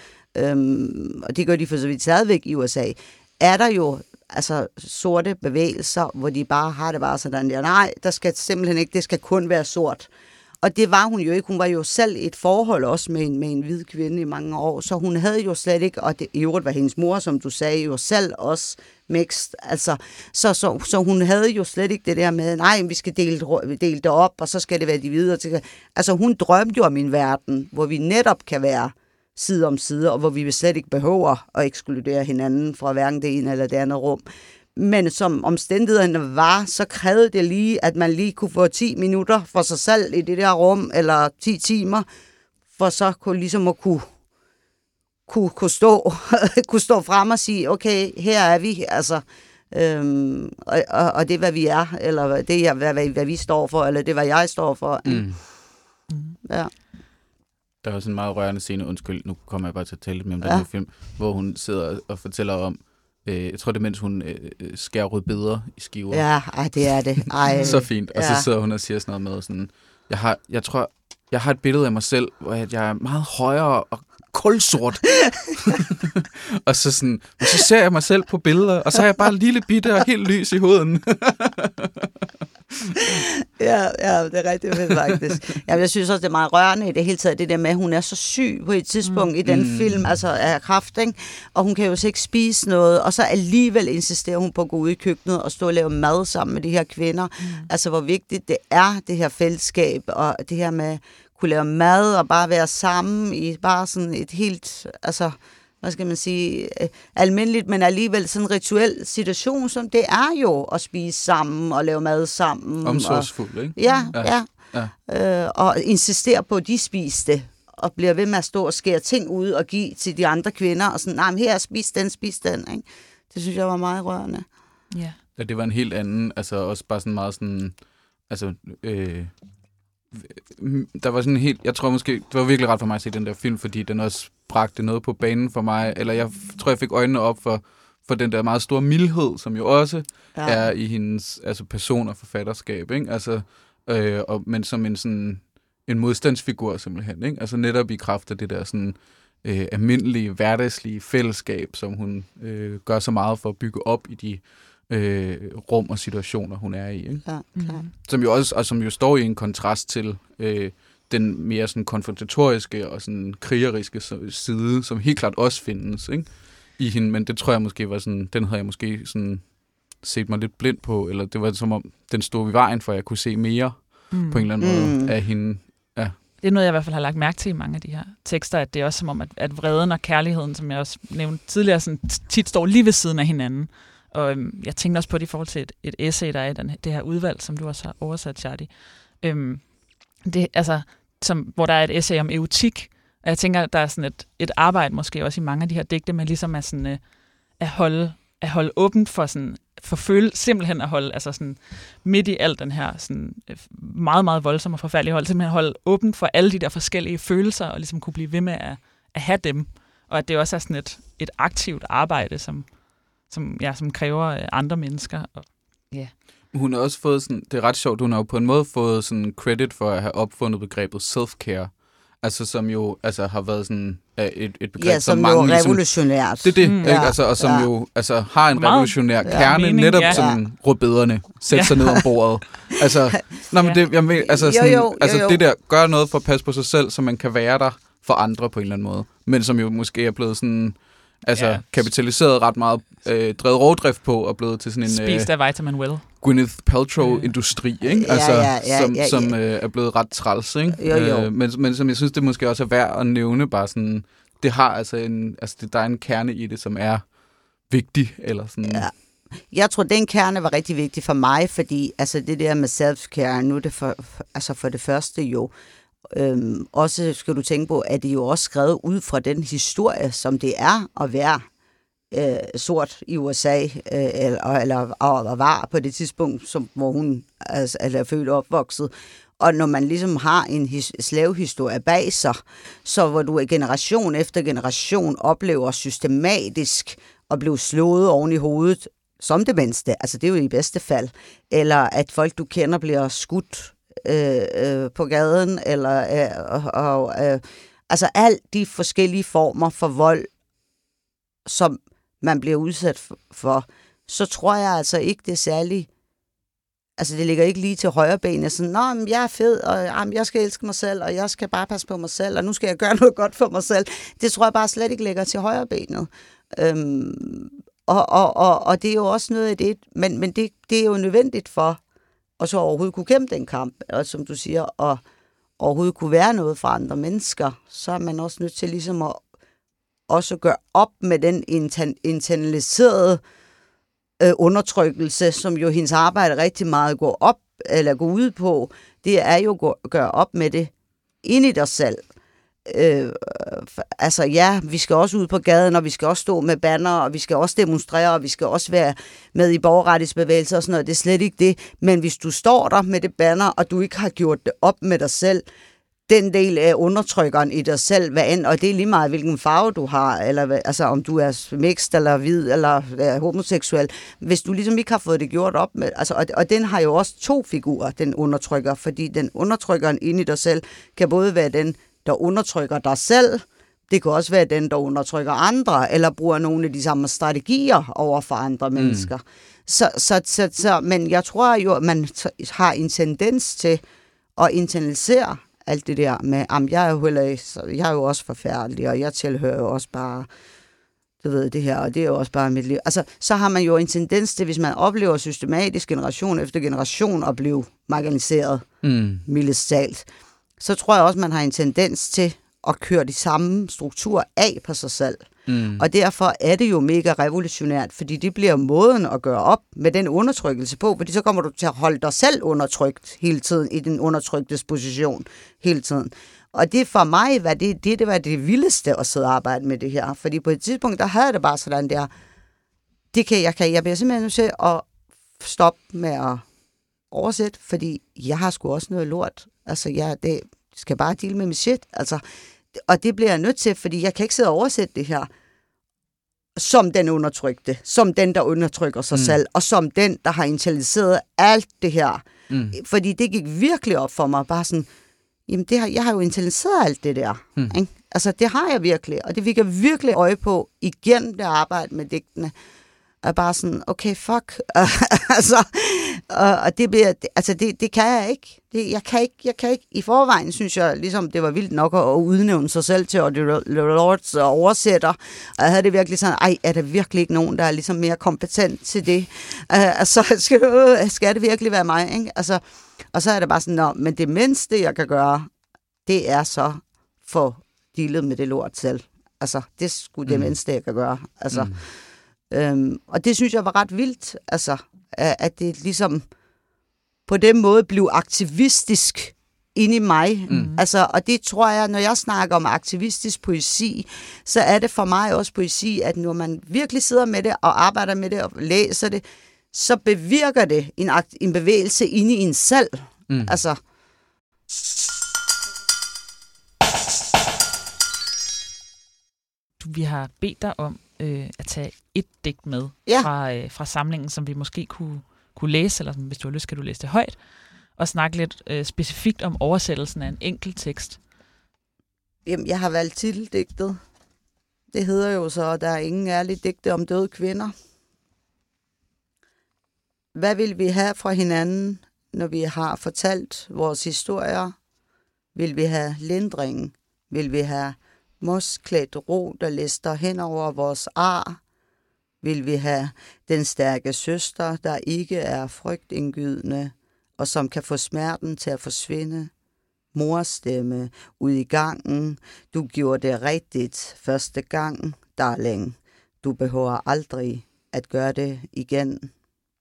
Øhm, og det gør de for så vidt stadigvæk i U S A, er der jo altså sorte bevægelser, hvor de bare har det bare sådan, ja, nej, der skal simpelthen ikke, det skal kun være sort. Og det var hun jo ikke. Hun var jo selv i et forhold også med en, med en hvid kvinde i mange år, så hun havde jo slet ikke, og det i øvrigt var hendes mor, som du sagde, jo selv også mixed. Altså, så, så, så hun havde jo slet ikke det der med, nej, vi skal dele, dele det op, og så skal det være de hvide. Altså, hun drømte jo om en verden, hvor vi netop kan være side om side, og hvor vi slet ikke behøver at ekskludere hinanden fra hverken det ene eller det andet rum. Men som omstændighederne var, så krævede det lige, at man lige kunne få ti minutter for sig selv i det der rum, eller ti timer, for så kunne ligesom at kunne, kunne, kunne, stå, kunne stå frem og sige, okay, her er vi, altså, øhm, og, og, og det er, hvad vi er, eller det er, hvad, hvad vi står for, eller det er, hvad jeg står for. Mm. Ja. Der er også en meget rørende scene, undskyld, nu kommer jeg bare til at tale lidt mere om Ja. den her film, hvor hun sidder og fortæller om, øh, jeg tror det er, mens hun øh, skærer rødbeder i skiver. Ja, ej, det er det. Ej, Så fint. Og ja. så sidder hun og siger sådan noget med sådan, jeg har, jeg tror, jeg har et billede af mig selv, hvor jeg, jeg er meget højere og kulsort. Og så sådan, men så ser jeg mig selv på billeder, og så er jeg bare lille bitte og helt lys i huden. Ja, ja, det er rigtig fedt faktisk. Ja, jeg synes også, det er meget rørende i det hele taget, det der med, at hun er så syg på et tidspunkt mm. i den Mm. film, altså af kræft, ikke? Og hun kan jo så ikke spise noget, og så alligevel insisterer hun på at gå ud i køkkenet og stå og lave mad sammen med de her kvinder. Mm. Altså, hvor vigtigt det er, det her fællesskab, og det her med at kunne lave mad og bare være sammen i bare sådan et helt, altså, hvad skal man sige, øh, almindeligt, men alligevel sådan en rituel situation, som det er jo at spise sammen og lave mad sammen. Omsorgsfuld, ikke? Ja, ja. Ja. ja. Øh, og insistere på, at de spiser det, og bliver ved med at stå og skære ting ud og give til de andre kvinder, og sådan, nej, men her, spis den, spis den, ikke? Det synes jeg var meget rørende. Ja. Ja, det var en helt anden, altså også bare sådan meget sådan, altså, øh, der var sådan en helt, jeg tror måske, det var virkelig ret for mig at se den der film, fordi den også bragte noget på banen for mig, eller jeg tror, jeg fik øjnene op for, for den der meget store mildhed, som jo også Ja. er i hendes altså person og forfatterskab, ikke? Altså, øh, og, men som en sådan en modstandsfigur simpelthen, ikke? Altså netop i kraft af det der sådan øh, almindelige, hverdagslige fællesskab, som hun øh, gør så meget for at bygge op i de øh, rum og situationer, hun er i, ikke? Ja, klar. Mm. Som jo også, og som jo står i en kontrast til øh, den mere sådan konfrontatoriske og sådan krigeriske side, som helt klart også findes, ikke? I hende, men det tror jeg måske var sådan, den havde jeg måske sådan set mig lidt blind på, eller det var som om, den stod i vejen for, at jeg kunne se mere Mm. på en eller anden Mm. måde af hende. Det er noget, jeg i hvert fald har lagt mærke til i mange af de her tekster, at det er også som om, at, at vreden og kærligheden, som jeg også nævnte tidligere, sådan tit står lige ved siden af hinanden. Og øhm, jeg tænkte også på det i forhold til et, et essay, der er i den, det her udvalg, som du også har oversat, Charlie. Øhm, det, altså, som, hvor der er et essay om erotik, og jeg tænker, at der er sådan et, et arbejde måske også i mange af de her digte, med ligesom at, sådan, øh, at, holde, at holde åbent for sådan, for føle, simpelthen at holde, altså sådan midt i alt den her sådan meget, meget voldsomme og forfærdelige hold, simpelthen holde åbent for alle de der forskellige følelser, og ligesom kunne blive ved med at, at have dem. Og at det også er sådan et, et aktivt arbejde, som, som, ja, som kræver andre mennesker. Og, ja. Hun har også fået sådan, det er ret sjovt, hun har jo på en måde fået sådan credit for at have opfundet begrebet self-care. Altså som jo altså har været sådan et, et begreb, Ja, som, som jo mange er revolutionært. Det er det, Mm. ikke? Ja, Altså, og som ja. jo altså, har en Meget revolutionær ja, kerne, mening, netop ja. sådan rødbederne, sætte Ja. sig ned om bordet. Altså, nå, men Ja. det, jeg mener, altså, Jo, sådan, jo, jo, altså jo. det der, gør noget for at passe på sig selv, så man kan være der for andre på en eller anden måde. Men som jo måske er blevet sådan, altså Ja. kapitaliseret ret meget, øh, drevet rovdrift på, og blevet til sådan en Spist øh, af Vitamin Well. Gwyneth Paltrow-industri, ikke? Ja, Altså, ja, ja, som, ja, ja. som øh, er blevet ret træls, ikke? Jo, jo. Øh, men, men som jeg synes, det måske også er værd at nævne, bare sådan, det har altså en, altså det, der er en kerne i det, som er vigtig, eller sådan. Ja. Jeg tror, den kerne var rigtig vigtig for mig, fordi altså, det der med self-care, nu er det for, for, altså for det første jo, øhm, også skal du tænke på, at det jo også skrevet ud fra den historie, som det er at være øh, sort i U S A, øh, eller, eller og, og var på det tidspunkt, som, hvor hun altså, er født og opvokset. Og når man ligesom har en his, slavehistorie bag sig, så hvor du generation efter generation oplever systematisk at blive slået oven i hovedet, som det mindste, altså det er jo i bedste fald, eller at folk, du kender, bliver skudt øh, øh, på gaden, eller øh, og, øh, altså alt de forskellige former for vold, som man bliver udsat for, så tror jeg altså ikke, det er særligt. Altså, det ligger ikke lige til højre benet, sådan, nå, men jeg er fed, og jamen, jeg skal elske mig selv, og jeg skal bare passe på mig selv, og nu skal jeg gøre noget godt for mig selv. Det tror jeg bare slet ikke ligger til højre benet. Øhm, og, og, og, og det er jo også noget af det, men, men det, det er jo nødvendigt for, at så overhovedet kunne kæmpe den kamp, og som du siger, og overhovedet kunne være noget for andre mennesker, så er man også nødt til ligesom at også gøre op med den internaliserede øh, undertrykkelse, som jo hendes arbejde rigtig meget går op, eller går ud på. Det er jo at gøre op med det ind i dig selv. Øh, altså ja, vi skal også ud på gaden, og vi skal også stå med banner, og vi skal også demonstrere, og vi skal også være med i borgerrettighedsbevægelser og sådan noget. Det er slet ikke det. Men hvis du står der med det banner, og du ikke har gjort det op med dig selv, den del af undertrykkeren i dig selv, hvad end, og det er lige meget, hvilken farve du har, eller altså om du er mixed, eller hvid, eller er homoseksuel. Hvis du ligesom ikke har fået det gjort op med, altså, og, og den har jo også to figurer, den undertrykker, fordi den undertrykkeren inde i dig selv, kan både være den, der undertrykker dig selv, det kan også være den, der undertrykker andre, eller bruger nogle af de samme strategier over for andre mm. mennesker. Så, så, så, så, men jeg tror jo, at man t- har en tendens til at internalisere alt det der med, jamen, jeg er jo heller ikke, jeg er jo også forfærdelig, og jeg tilhører jo også bare, du ved, det her, og det er jo også bare mit liv. Altså, så har man jo en tendens til, hvis man oplever systematisk generation efter generation at blive marginaliseret, mm. mildest talt, så tror jeg også, man har en tendens til at køre de samme strukturer af på sig selv. Mm. Og derfor er det jo mega revolutionært, fordi det bliver måden at gøre op med den undertrykkelse på, fordi så kommer du til at holde dig selv undertrykt hele tiden, i den undertryktes position hele tiden. Og det for mig var det, det, det var det vildeste at sidde og arbejde med det her, fordi på et tidspunkt, der havde jeg det bare sådan der, det kan jeg, kan, jeg bliver simpelthen nødt til at stoppe med at oversætte, fordi jeg har sgu også noget lort. Altså, jeg det skal bare deal med mit shit, altså. Og det bliver jeg nødt til, fordi jeg kan ikke sidde og oversætte det her som den undertrykte, som den, der undertrykker sig mm. selv, og som den, der har internaliseret alt det her. Mm. Fordi det gik virkelig op for mig, bare sådan, jamen det har, jeg har jo internaliseret alt det der. Mm. Ikke? Altså det har jeg virkelig, og det fik jeg virkelig øje på igen, det arbejde med digtene. Og bare sådan, okay, fuck. altså, og, og det bliver, altså det, det kan jeg ikke. Det, jeg kan ikke. Jeg kan ikke. I forvejen synes jeg, ligesom det var vildt nok at udnævne sig selv til Audre Lordes og oversætter. Og jeg havde det virkelig sådan, ej, er der virkelig ikke nogen, der er ligesom mere kompetent til det? Uh, altså, skal, skal det virkelig være mig? Ikke? Altså, og så er det bare sådan, nå, men det mindste, jeg kan gøre, det er så for dealet med det lort selv. Altså, det er sgu det mm. mindste, jeg kan gøre. Altså, mm. Øhm, og det synes jeg var ret vildt, altså, at det ligesom på den måde blev aktivistisk inde i mig. Mm. Altså, og det tror jeg, når jeg snakker om aktivistisk poesi, så er det for mig også poesi, at når man virkelig sidder med det og arbejder med det og læser det, så bevirker det en, akt, en bevægelse inde i en selv. Mm. Altså. Vi har bedt dig om øh, at tage et digt med ja. fra, øh, fra samlingen, som vi måske kunne, kunne læse, eller hvis du har lyst, kan du læse det højt, og snakke lidt øh, specifikt om oversættelsen af en enkelt tekst. Jamen, jeg har valgt titeldigtet. Det hedder jo så, at der er ingen ærlige digte om døde kvinder. Hvad vil vi have fra hinanden, når vi har fortalt vores historier? Vil vi have lindring? Vil vi have mosklædt ro, der lister hen over vores ar? Vil vi have den stærke søster, der ikke er frygtindgydende, og som kan få smerten til at forsvinde? Mors stemme ud i gangen. Du gjorde det rigtigt første gang, darling. Du behøver aldrig at gøre det igen.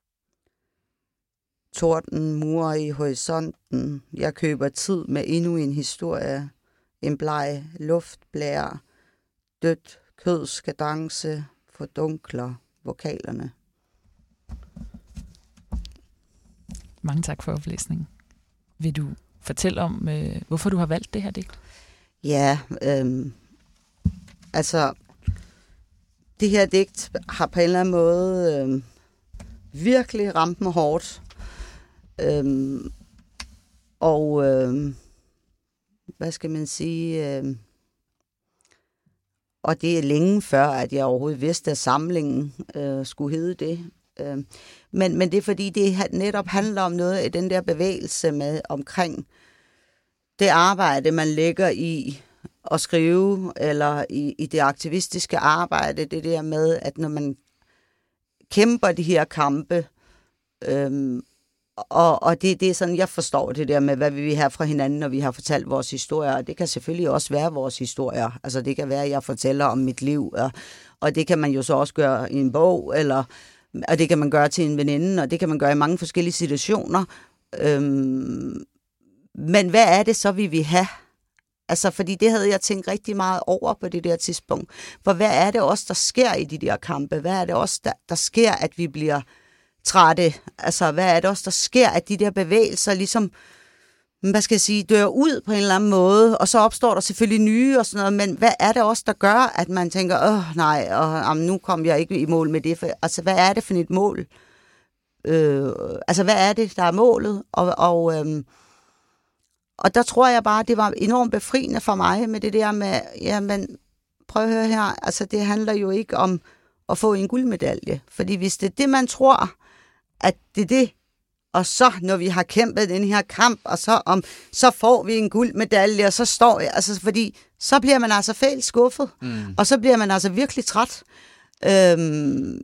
Torden murer i horisonten. Jeg køber tid med endnu en historie. En bleg luftblære. Dødt kødskadence fordunkler vokalerne. Mange tak for oplæsningen. Vil du fortælle om, øh, hvorfor du har valgt det her digt? Ja, øhm, altså, det her digt har på en eller anden måde øhm, virkelig ramt mig hårdt. Øhm, og øhm, hvad skal man sige? Øhm, og det er længe før, at jeg overhovedet vidste, at samlingen øh, skulle hedde det. Øh, men, men det er fordi, det netop handler om noget af den der bevægelse med omkring det arbejde, man lægger i at skrive, eller i, i det aktivistiske arbejde, det der med, at når man kæmper de her kampe, øhm, og, og det, det er sådan, jeg forstår det der med, hvad vi vil have fra hinanden, når vi har fortalt vores historier, og det kan selvfølgelig også være vores historier. Altså det kan være, at jeg fortæller om mit liv, og, og det kan man jo så også gøre i en bog, eller, og det kan man gøre til en veninde, og det kan man gøre i mange forskellige situationer. Øhm, men hvad er det så, vi vil have? Altså, fordi det havde jeg tænkt rigtig meget over på det der tidspunkt. For hvad er det også, der sker i de der kampe? Hvad er det også, der, der sker, at vi bliver trætte? Altså, hvad er det også, der sker, at de der bevægelser ligesom hvad skal jeg sige, dør ud på en eller anden måde, og så opstår der selvfølgelig nye og sådan noget, men hvad er det også, der gør, at man tænker, åh nej, og, jamen, nu kom jeg ikke i mål med det, for, altså hvad er det for et mål? Øh, altså hvad er det, der er målet? Og, og, øhm, og der tror jeg bare, det var enormt befriende for mig med det der med, jamen prøv at høre her, altså det handler jo ikke om at få en guldmedalje, fordi hvis det er det, man tror, at det er det, og så, når vi har kæmpet den her kamp, og så, om, så får vi en guldmedalje, og så står jeg, altså fordi, så bliver man altså fælt skuffet, mm. og så bliver man altså virkelig træt. Øhm,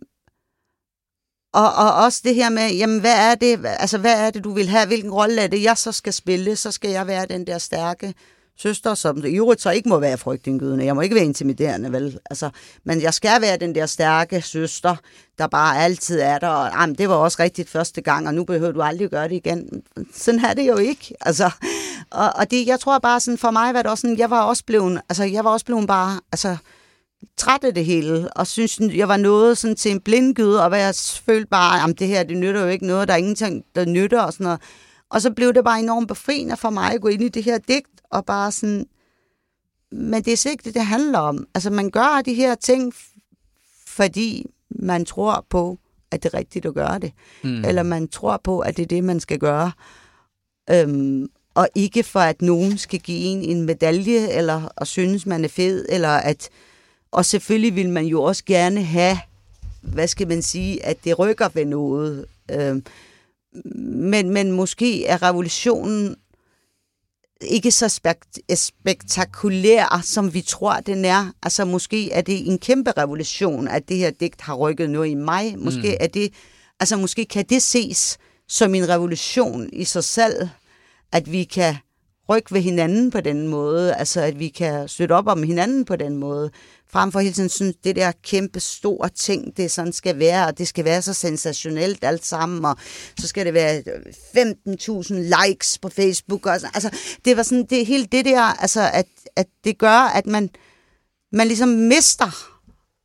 og, og også det her med, jamen hvad er det, altså hvad er det, du vil have, hvilken rolle er det, jeg så skal spille, så skal jeg være den der stærke søster, som i øvrigt så ikke må være frygtindgydende. Jeg må ikke være intimiderende, vel? Altså, men jeg skal være den der stærke søster, der bare altid er der. Og, jamen, det var også rigtigt første gang, og nu behøver du aldrig at gøre det igen. Sådan er det jo ikke. Altså, og, og det, jeg tror bare sådan, for mig var det også sådan, jeg var også blevet, altså, jeg var også blevet bare, altså, træt af det hele, og synes, jeg var nået sådan til en blindgyde, og jeg følte bare, jamen, det her, det nytter jo ikke noget, der er ingenting, der nytter, og sådan noget. Og så blev det bare enormt befriende for mig at gå ind i det her digt, og bare sådan, men det er sikkert det, det handler om. Altså, man gør de her ting, fordi man tror på, at det er rigtigt at gøre det. Mm. Eller man tror på, at det er det, man skal gøre. Øhm, og ikke for, at nogen skal give en en medalje, eller at synes, man er fed, eller at, og selvfølgelig vil man jo også gerne have, hvad skal man sige, at det rykker ved noget. Øhm, men, men måske er revolutionen ikke så spek- spektakulær, som vi tror, den er. Altså, måske er det en kæmpe revolution, at det her digt har rykket noget i mig. Måske mm. er det, altså, måske kan det ses som en revolution i sig selv, at vi kan rykke ved hinanden på den måde, altså, at vi kan støtte op om hinanden på den måde. Frem for hele tiden synes, det der kæmpe store ting, det sådan skal være, og det skal være så sensationelt alt sammen, og så skal det være femten tusind likes på Facebook. Og sådan. Altså, det var sådan, det hele det der, altså, at, at det gør, at man, man ligesom mister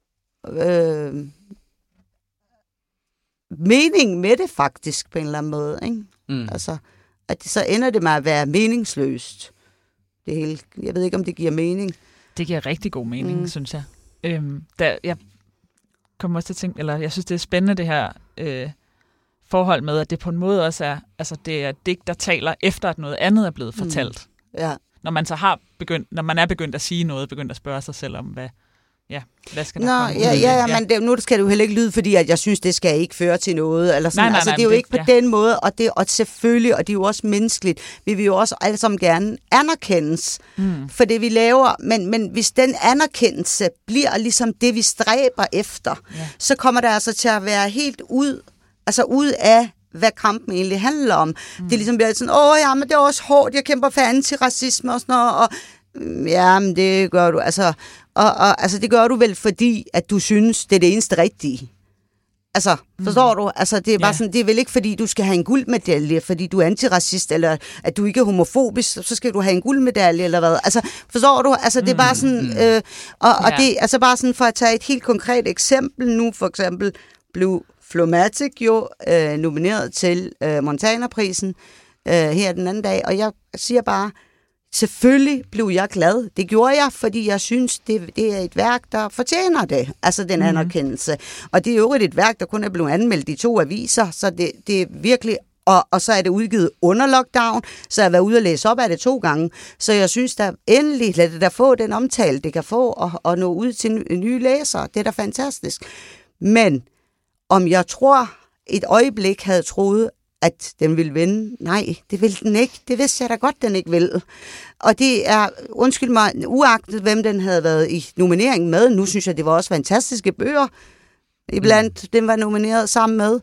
øh, mening med det faktisk, på en eller anden måde, ikke? Mm. Altså, at det, så ender det med at være meningsløst. Det hele. Jeg ved ikke, om det giver mening. Det giver rigtig god mening, mm. synes jeg. Øhm, der, jeg kommer også til at tænke, eller jeg synes, det er spændende, det her øh, forhold med, at det på en måde også er, altså det er digt, der taler efter, at noget andet er blevet fortalt. Mm. Ja. Når man så har begyndt, når man er begyndt at sige noget, begyndt at spørge sig selv om, hvad, ja, hvad skal der Nå, komme ja, ud? ja, ja, men det, nu skal det jo heller ikke lyde, fordi at jeg synes, det skal ikke føre til noget. Eller sådan. Nej, nej, altså, nej, det er jo det, ikke på ja. den måde, og, det, og selvfølgelig, og det er jo også menneskeligt, vi vil jo også alle sammen gerne anerkendes mm. for det, vi laver. Men, men hvis den anerkendelse bliver ligesom det, vi stræber efter, ja. så kommer det altså til at være helt ud, altså ud af, hvad kampen egentlig handler om. Mm. Det er ligesom bliver sådan, åh ja, men det er også hårdt, jeg kæmper for antiracisme og sådan noget, og ja, men det gør du, altså, og, og, altså det gør du vel, fordi at du synes, det er det eneste rigtige. Altså, forstår mm. du? Altså, det er bare yeah. sådan, det er vel ikke, fordi du skal have en guldmedalje, fordi du er antiracist, eller at du ikke er homofobisk, så skal du have en guldmedalje, eller hvad? Altså, forstår du? Altså, det er bare sådan, øh, og, og yeah. det altså bare sådan, for at tage et helt konkret eksempel nu, for eksempel blev Flumatic jo øh, nomineret til øh, Montana-prisen øh, her den anden dag, og jeg siger bare, selvfølgelig blev jeg glad. Det gjorde jeg, fordi jeg synes, det, det er et værk, der fortjener det. Altså den anerkendelse. Mm. Og det er jo et værk, der kun er blevet anmeldt i to aviser, så det, det er virkelig... Og, og så er det udgivet under lockdown, så jeg har været ude og læse op af det to gange. Så jeg synes, der endelig lad det da få den omtale, det kan få, og, og nå ud til nye læsere. Det er da fantastisk. Men om jeg tror, et øjeblik havde troet, at den ville vinde. Nej, det vil den ikke. Det vidste jeg da godt, den ikke vil. Og det er, undskyld mig, uagtet hvem den havde været i nomineringen med. Nu synes jeg, det var også fantastiske bøger. Iblandt mm. den var nomineret sammen med.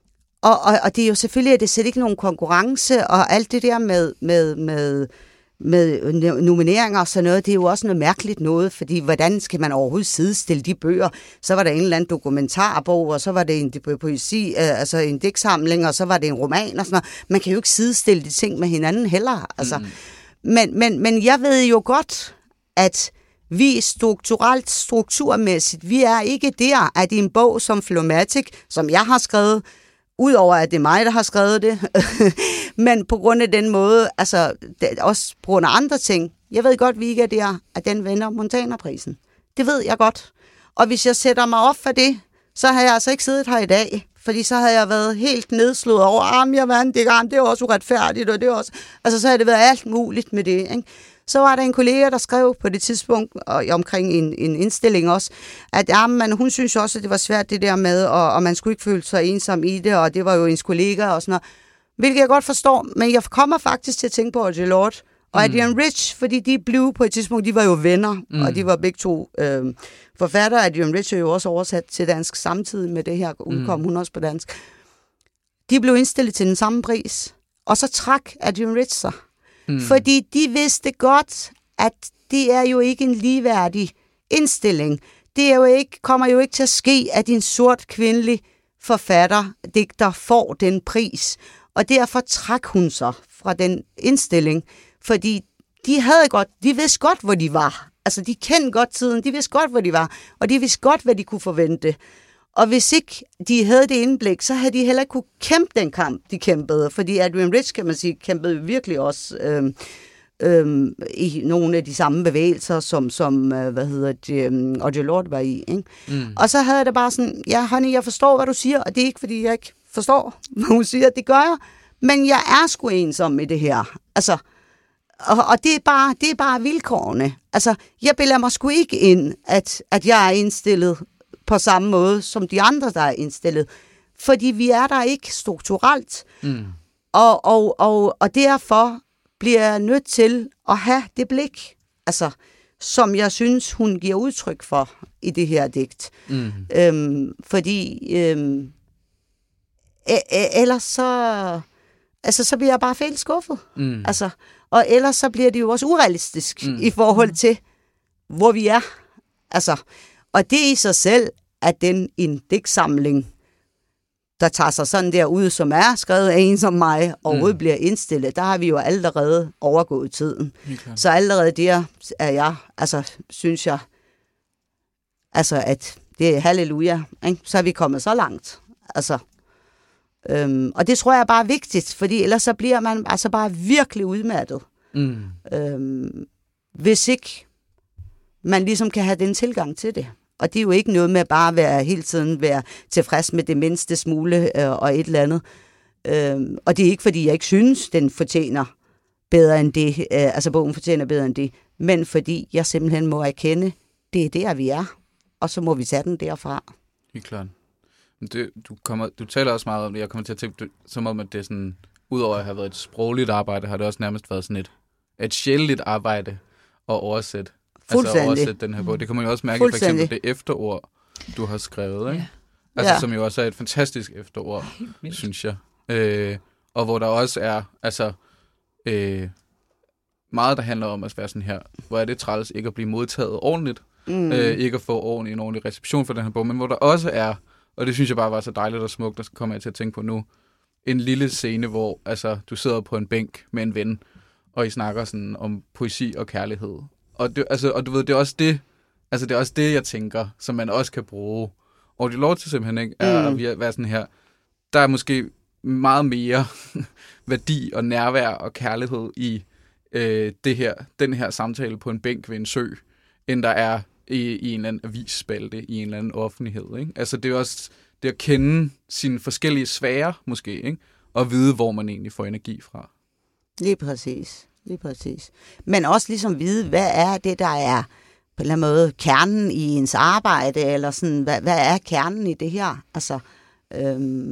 Og, og, og det er jo selvfølgelig, at det sætter ikke nogen konkurrence, og alt det der med, med, med, med nomineringer og sådan noget, det er jo også noget mærkeligt noget, fordi hvordan skal man overhovedet sidestille de bøger? Så var der en eller anden dokumentarbog, og så var det en poesi, altså en digtsamling, og så var det en roman og sådan noget. Man kan jo ikke sidestille de ting med hinanden heller. Altså. Mm. Men, men, men jeg ved jo godt, at vi strukturelt, strukturmæssigt, vi er ikke der, at en bog som Flumatic, som jeg har skrevet, Udover at det er mig, der har skrevet det. Men på grund af den måde, altså det, også på grund af andre ting. Jeg ved godt, vi ikke er der, at den vinder Montanerprisen. Det ved jeg godt. Og hvis jeg sætter mig op for det, så har jeg altså ikke siddet her i dag. Fordi så havde jeg været helt nedslået over, at jeg vandt det, det er også uretfærdigt, og det er også... Altså så havde det været alt muligt med det, ikke? Så var der en kollega, der skrev på det tidspunkt, og omkring en, en indstilling også, at ja, man, hun synes også, at det var svært det der med, og, og man skulle ikke føle sig ensom i det, og det var jo ens kollega og sådan noget. Hvilket jeg godt forstår, men jeg kommer faktisk til at tænke på Audre Lorde og mm. Adrienne Rich, fordi de blev på et tidspunkt, de var jo venner, mm. og de var begge to øh, forfattere. Adrienne Rich er jo også oversat til dansk samtidig med det her, udkom mm. hun også på dansk. De blev indstillet til den samme pris, og så trak Adrienne Rich sig. Mm. Fordi de vidste godt, at det er jo ikke en ligeværdig indstilling. Det er jo ikke, kommer jo ikke til at ske, at en sort kvindelig forfatter, digter, får den pris. Og derfor trak hun sig fra den indstilling, fordi de havde godt, de vidste godt, hvor de var. Altså, de kendte godt tiden, de vidste godt, hvor de var, og de vidste godt, hvad de kunne forvente. Og hvis ikke de havde det indblik, så havde de heller ikke kunne kæmpe den kamp, de kæmpede. Fordi Adrienne Rich, kan man sige, kæmpede virkelig også øh, øh, i nogle af de samme bevægelser, som, som øh, hvad hedder det, øh, Audre Lorde var i. Ikke? Mm. Og så havde det bare sådan, ja, honey, jeg forstår, hvad du siger, og det er ikke, fordi jeg ikke forstår, hvad hun siger, det gør jeg, men jeg er sgu ensom i det her. Altså, og, og det er bare, det er bare vilkårene. Altså, jeg bilder mig sgu ikke ind, at, at jeg er indstillet på samme måde som de andre, der er indstillet. Fordi vi er der ikke strukturelt. Mm. Og, og, og, og derfor bliver jeg nødt til at have det blik, altså, som jeg synes, hun giver udtryk for i det her digt. Mm. Øhm, fordi øhm, ellers så, altså, så bliver jeg bare helt skuffet. Mm. Altså, og ellers så bliver det jo også urealistisk mm. i forhold til, hvor vi er. Altså, og det i sig selv, at den en digtsamling, der tager sig sådan der ud, som er skrevet af en som mig, overhovedet mm. bliver indstillet, der har vi jo allerede overgået tiden. Okay. Så allerede der er jeg, altså synes jeg, altså at det er halleluja, ikke? Så er vi kommet så langt. Altså, øhm, og det tror jeg er bare vigtigt, fordi ellers så bliver man altså bare virkelig udmattet. Mm. Øhm, hvis ikke man ligesom kan have den tilgang til det. Og det er jo ikke noget med bare at være hele tiden være tilfreds med det mindste smule øh, og et eller andet. Øh, og det er ikke, fordi jeg ikke synes, den fortjener bedre end det. Øh, altså bogen fortjener bedre end det. Men fordi jeg simpelthen må erkende, det er der, vi er. Og så må vi tage den derfra. Helt klart. Det, du, kommer, du taler også meget om det. Jeg kommer til at tænke, som om, at det er sådan, udover at have været et sprogligt arbejde, har det også nærmest været sådan et, et sjældent arbejde at oversætte. Altså oversætte den her bog. Det kan man jo også mærke for eksempel det efterord, du har skrevet, ikke? Ja. Altså, ja. Som jo også er et fantastisk efterord, synes jeg. Øh, og hvor der også er, altså, øh, meget, der handler om at være sådan her, hvor er det træls ikke at blive modtaget ordentligt, mm. øh, ikke at få ordentlig, en ordentlig reception for den her bog, men hvor der også er, og det synes jeg bare var så dejligt og smukt, der kommer jeg til at tænke på nu, en lille scene, hvor altså, du sidder på en bænk med en ven, og I snakker sådan om poesi og kærlighed. Og, det, altså, og du ved, det er også det, altså det er også det, jeg tænker, som man også kan bruge. Og det lov til simpelthen ikke er mm. at være sådan her. Der er måske meget mere værdi og nærvær og kærlighed i øh, det her, den her samtale på en bænk ved en sø, end der er i, i en eller anden avisspalte, i en eller anden offentlighed. Ikke? Altså det er også det at kende sine forskellige sfærer måske, ikke? Og vide, hvor man egentlig får energi fra. Lige præcis. Lige præcis. Men også ligesom vide, hvad er det, der er på en eller anden måde kernen i ens arbejde, eller sådan, hvad, hvad er kernen i det her? Altså, øhm,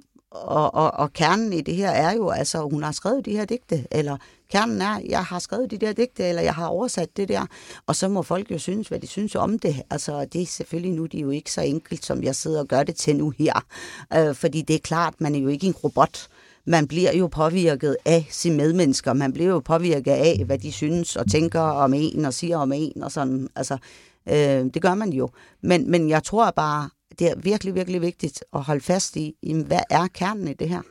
og, og, og kernen i det her er jo, altså, hun har skrevet de her digte, eller kernen er, jeg har skrevet de der digte, eller jeg har oversat det der, og så må folk jo synes, hvad de synes om det. Altså, det er selvfølgelig nu, det er jo ikke så enkelt, som jeg sidder og gør det til nu her. Øh, fordi det er klart, man er jo ikke en robot. Man bliver jo påvirket af sine medmennesker. Man bliver jo påvirket af, hvad de synes og tænker om en og siger om en og sådan. Altså, øh, det gør man jo. Men, men jeg tror bare, det er virkelig, virkelig vigtigt at holde fast i, i hvad er kernen i det her?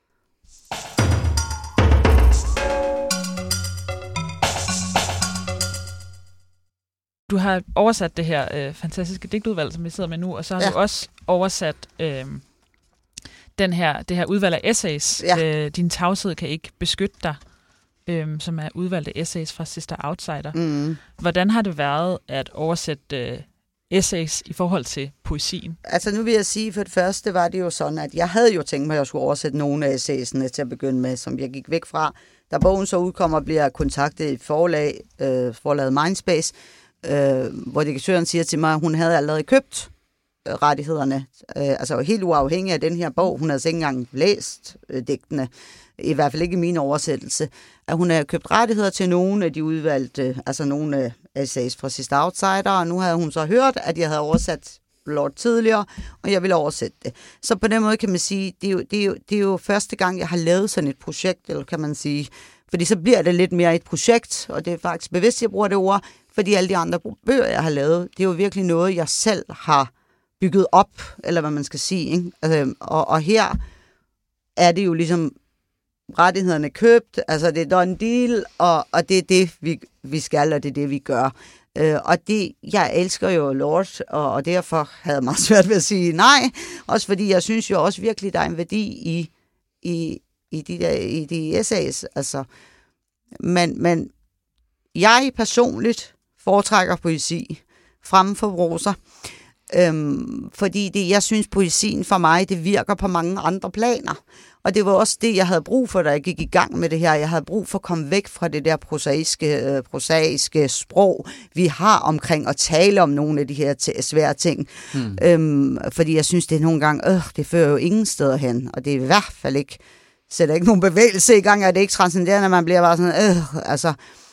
Du har oversat det her øh, fantastiske digtudvalg, som vi sidder med nu, og så har ja. du også oversat... Øh, den her, det her udvalg af essays, Ja. øh, Din tavshed kan ikke beskytte dig, øh, som er udvalgte essays fra Sister Outsider. Mm. Hvordan har det været at oversætte øh, essays i forhold til poesien? Altså nu vil jeg sige, for det første var det jo sådan, at jeg havde jo tænkt mig, at jeg skulle oversætte nogle af essaysene til at begynde med, som jeg gik væk fra. Da bogen så udkommer, bliver jeg kontaktet i et forlag, øh, forlaget Mindspace, øh, hvor direktøren siger til mig, at hun havde allerede købt øh, rettighederne. Øh, altså helt uafhængig af den her bog. Hun havde ikke engang læst øh, digtene, i hvert fald ikke i min oversættelse, at hun havde købt rettigheder til nogle af de udvalgte, altså nogle af essays fra Sister Outsider, og nu havde hun så hørt, at jeg havde oversat Lord tidligere, og jeg ville oversætte det. Så på den måde kan man sige, det er jo, det er jo, det er jo første gang, jeg har lavet sådan et projekt, eller kan man sige, fordi så bliver det lidt mere et projekt, og det er faktisk bevidst, jeg bruger det ord, fordi alle de andre bøger, jeg har lavet, det er jo virkelig noget, jeg selv har bygget op, eller hvad man skal sige, ikke? Altså, og, og her er det jo ligesom rettighederne købt, altså det er done deal, og, og det er det, vi, vi skal, og det er det, vi gør. Øh, og det, jeg elsker jo Lord, og, og derfor havde jeg meget svært ved at sige nej, også fordi jeg synes jo også virkelig, der er en værdi i, i, i, de, der, i de essays, altså. Men, men jeg personligt foretrækker poesi frem for prosa, øhm, fordi det, jeg synes, poesien for mig, det virker på mange andre planer. Og det var også det, jeg havde brug for, da jeg gik i gang med det her. Jeg havde brug for at komme væk fra det der prosaiske, øh, prosaiske sprog, vi har omkring at tale om nogle af de her t- svære ting. Mm. Øhm, fordi jeg synes, det er nogle gange, øh, det fører jo ingen steder hen. Og det er i hvert fald ikke, sætter ikke nogen bevægelse i gang, og det er ikke transcenderende, man bliver bare sådan, øh, altså...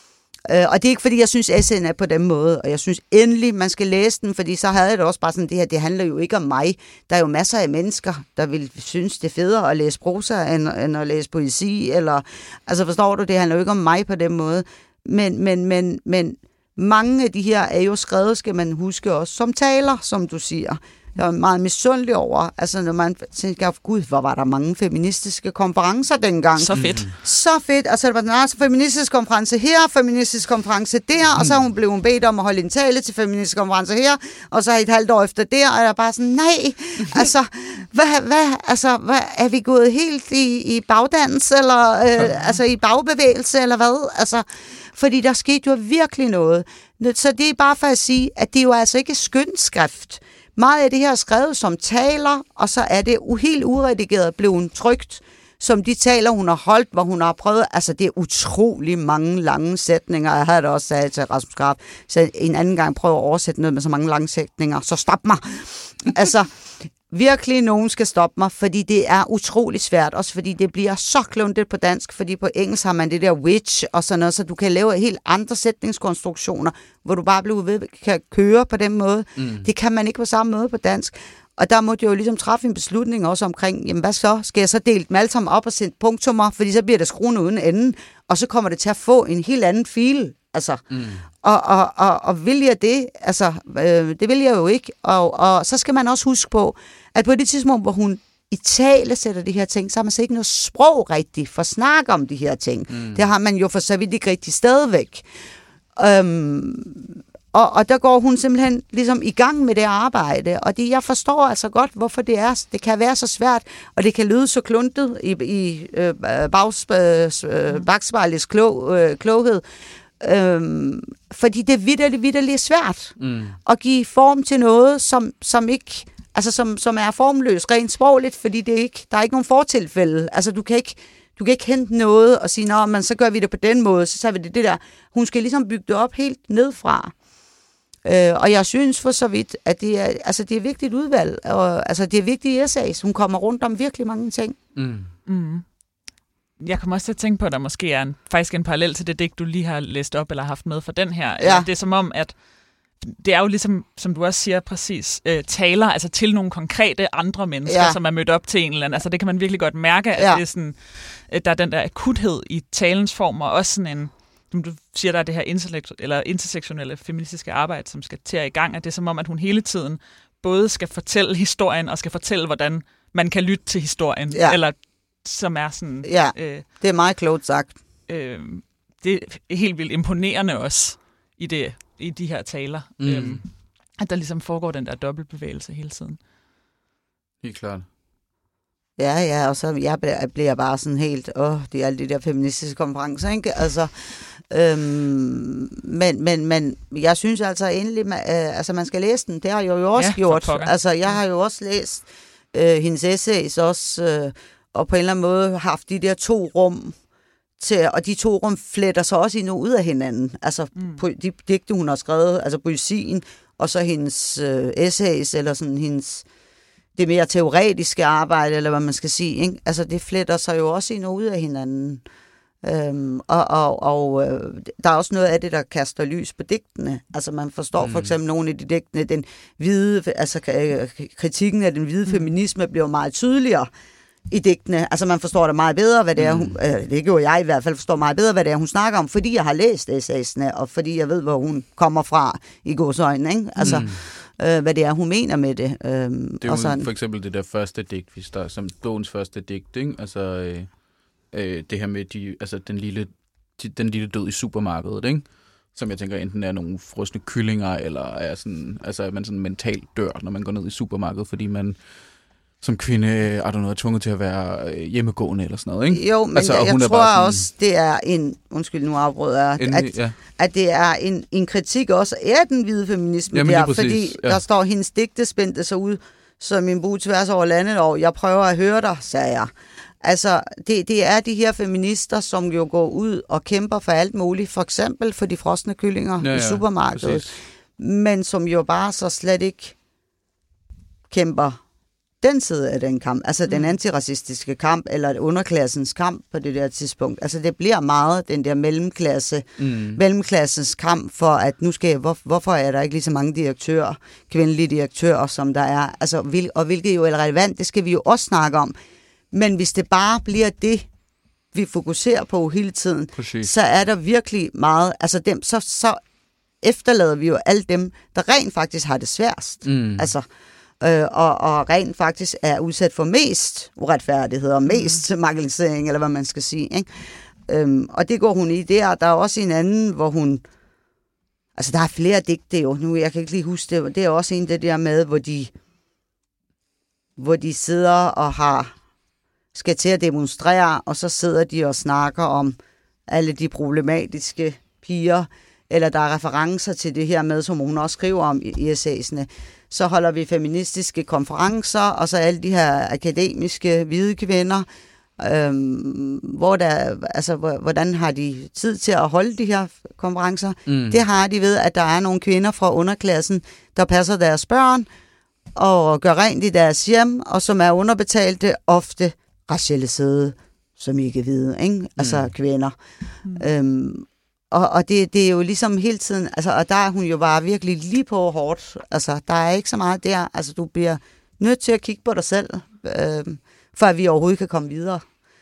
Øh, og det er ikke, fordi jeg synes, essayen er på den måde, og jeg synes endelig, man skal læse den, fordi så havde jeg det også bare sådan, det her, det handler jo ikke om mig. Der er jo masser af mennesker, der vil synes, det er federe at læse prosa, end, end at læse poesi, eller, altså forstår du, det handler jo ikke om mig på den måde. Men, men, men, men mange af de her er jo skrevet, skal man huske også, som taler, som du siger. Jeg var meget misundelig over, altså når man tænker, gud, hvor var der mange feministiske konferencer dengang. Så fedt. Så fedt, og så er det bare, så feministisk konference her, feministisk konference der, mm. og så hun blev hun bedt om at holde en tale til feministisk konference her, og så et halvt år efter der, og jeg er bare sådan, nej, altså, hvad, hvad, altså, hvad, er vi gået helt i, i bagdans, eller øh, altså i bagbevægelse, eller hvad, altså, fordi der skete jo virkelig noget. Så det er bare for at sige, at det er jo altså ikke skønskrift. Meget af det her er skrevet som taler, og så er det helt uredigeret blevet trykt, som de taler, hun har holdt, hvor hun har prøvet. Altså, det er utrolig mange lange sætninger. Jeg havde det også sagt til Rasmus Graf, så en anden gang prøver at oversætte noget med så mange lange sætninger. Så stop mig! Altså, virkelig nogen skal stoppe mig, fordi det er utrolig svært, også fordi det bliver så kluntet på dansk, fordi på engelsk har man det der which og sådan noget, så du kan lave helt andre sætningskonstruktioner, hvor du bare bliver ved, kan køre på den måde. Mm. Det kan man ikke på samme måde på dansk. Og der måtte jeg jo ligesom træffe en beslutning også omkring, jamen hvad så? Skal jeg så dele dem alle sammen op og sende punktummer, fordi så bliver det skruen uden enden, og så kommer det til at få en helt anden fil. Altså, mm. og, og, og, og vil jeg det? Altså, øh, det vil jeg jo ikke. Og, og så skal man også huske på, at på det tidspunkt, hvor hun i tale sætter de her ting, så har man så ikke noget sprog rigtigt for at snakke om de her ting. Mm. Det har man jo for så vidt ikke rigtig stadigvæk. Øhm, og, og der går hun simpelthen ligesom i gang med det arbejde, og det, jeg forstår altså godt, hvorfor det er. Det kan være så svært, og det kan lyde så kluntet i, i øh, bags, øh, bagspejlets klog, øh, kloghed. Øhm, fordi det er vitterligt, vitterligt svært mm. at give form til noget, som, som ikke, altså som, som er formløst rent sprogligt, fordi det er ikke, der er ikke nogen fortilfælde. Altså du kan ikke, du kan ikke hente noget og sige, nå, men så gør vi det på den måde, så tager vi det, det der. Hun skal ligesom bygge det op helt nedfra. Øh, og jeg synes for så vidt, at det er, altså det er vigtigt udvalg, og altså det er vigtige essays. Hun kommer rundt om virkelig mange ting. Mm. Mm. Jeg kommer også til at tænke på, at der måske er en, faktisk en parallel til det digt, du lige har læst op eller haft med for den her. Ja. Det er som om, at det er jo ligesom, som du også siger præcis, øh, taler altså til nogle konkrete andre mennesker, ja. Som er mødt op til en eller anden. Altså det kan man virkelig godt mærke, at ja. Det er sådan, at der er den der akuthed i talens form, og også sådan en, som du siger, der er det her intellekt- eller intersektionelle feministiske arbejde, som skal til at i gang, at det er som om, at hun hele tiden både skal fortælle historien, og skal fortælle, hvordan man kan lytte til historien, ja. Eller som er sådan... Ja, øh, det er meget klogt sagt. Øh, det er helt vildt imponerende også i, det, i de her taler. Mm. Øh, at der ligesom foregår den der dobbeltbevægelse hele tiden. Helt klart. Ja, ja, og så jeg bliver, bliver bare sådan helt, åh, det er alle de der feministiske konferencer, ikke? Altså, øhm, men, men, men jeg synes altså endelig, man, øh, altså man skal læse den, det har jeg jo også Ja, gjort. for pokker. Altså, jeg har jo også læst øh, hendes essays også, øh, og på en eller anden måde haft de der to rum til, og de to rum fletter sig også endnu ud af hinanden. Altså, mm. på de digte, hun har skrevet, altså poesien, og så hendes øh, essays, eller sådan hendes det mere teoretiske arbejde, eller hvad man skal sige, ikke? Altså, det fletter sig jo også endnu ud af hinanden. Øhm, og og, og øh, der er også noget af det, der kaster lys på digtene. Altså, man forstår mm. for eksempel nogle af de digtene, den hvide, altså kritikken af den hvide mm. feminisme bliver meget tydeligere i digtene. Altså, man forstår det meget bedre, hvad det er, hun, øh, det gjorde jeg i hvert fald, forstår meget bedre, hvad det er, hun snakker om, fordi jeg har læst essaysene, og fordi jeg ved, hvor hun kommer fra i godsøjne, ikke? Altså, mm. øh, hvad det er, hun mener med det. Øh, det er jo sådan. for eksempel det der første digt, vi starter, som bogens første digt, ikke? Altså, øh, øh, det her med de, altså, den, lille, de, den lille død i supermarkedet, ikke? Som jeg tænker enten er nogle frosne kyllinger, eller er sådan, altså, at man sådan mentalt dør, når man går ned i supermarkedet, fordi man som kvinde, er du noget, er tvunget til at være hjemmegående eller sådan noget, ikke? Jo, men altså, jeg, jeg tror sådan, også, det er en, undskyld, nu afbryder jeg, endelig, at, ja. at det er en, en kritik også af den hvide feminisme. Jamen, der, fordi ja. der står, hendes digte spændte sig ud som en bue tværs over landet, og jeg prøver at høre dig, sagde jeg. Altså, det, det er de her feminister, som jo går ud og kæmper for alt muligt, for eksempel for de frosne kyllinger ja, ja, i supermarkedet, præcis. Men som jo bare så slet ikke kæmper den side af den kamp, altså mm. den antiracistiske kamp, eller underklassens kamp på det der tidspunkt. Altså det bliver meget den der mellemklasse, mm. mellemklassens kamp for, at nu skal jeg, hvor, hvorfor er der ikke lige så mange direktører, kvindelige direktører, som der er, altså, hvil, og hvilket jo er relevant, det skal vi jo også snakke om. Men hvis det bare bliver det, vi fokuserer på hele tiden, præcis. Så er der virkelig meget, altså dem, så, så efterlader vi jo alle dem, der rent faktisk har det sværest. Mm. Altså, Øh, og, og rent faktisk er udsat for mest uretfærdighed og mest mm. marginalisering, eller hvad man skal sige. Ikke? Øhm, og det går hun i der. Der er også en anden, hvor hun... Altså, der er flere digte jo. Nu, jeg kan ikke lige huske det. Det er også en det der med, hvor de, hvor de sidder og har skal til at demonstrere, og så sidder de og snakker om alle de problematiske piger, eller der er referencer til det her med, som hun også skriver om i, i essaysene. Så holder vi feministiske konferencer, og så alle de her akademiske hvide kvinder, øhm, hvor der, altså, hvordan har de tid til at holde de her konferencer? Mm. Det har de ved, at der er nogle kvinder fra underklassen, der passer deres børn, og gør rent i deres hjem, og som er underbetalte, ofte racialiserede, som ikke hvide, ikke? Altså mm. kvinder. Mm. Øhm, Og, og det, det er jo ligesom hele tiden, altså, og der er hun jo bare virkelig lige på hårdt. Altså, der er ikke så meget der. Altså, du bliver nødt til at kigge på dig selv, øh, for at vi overhovedet kan komme videre.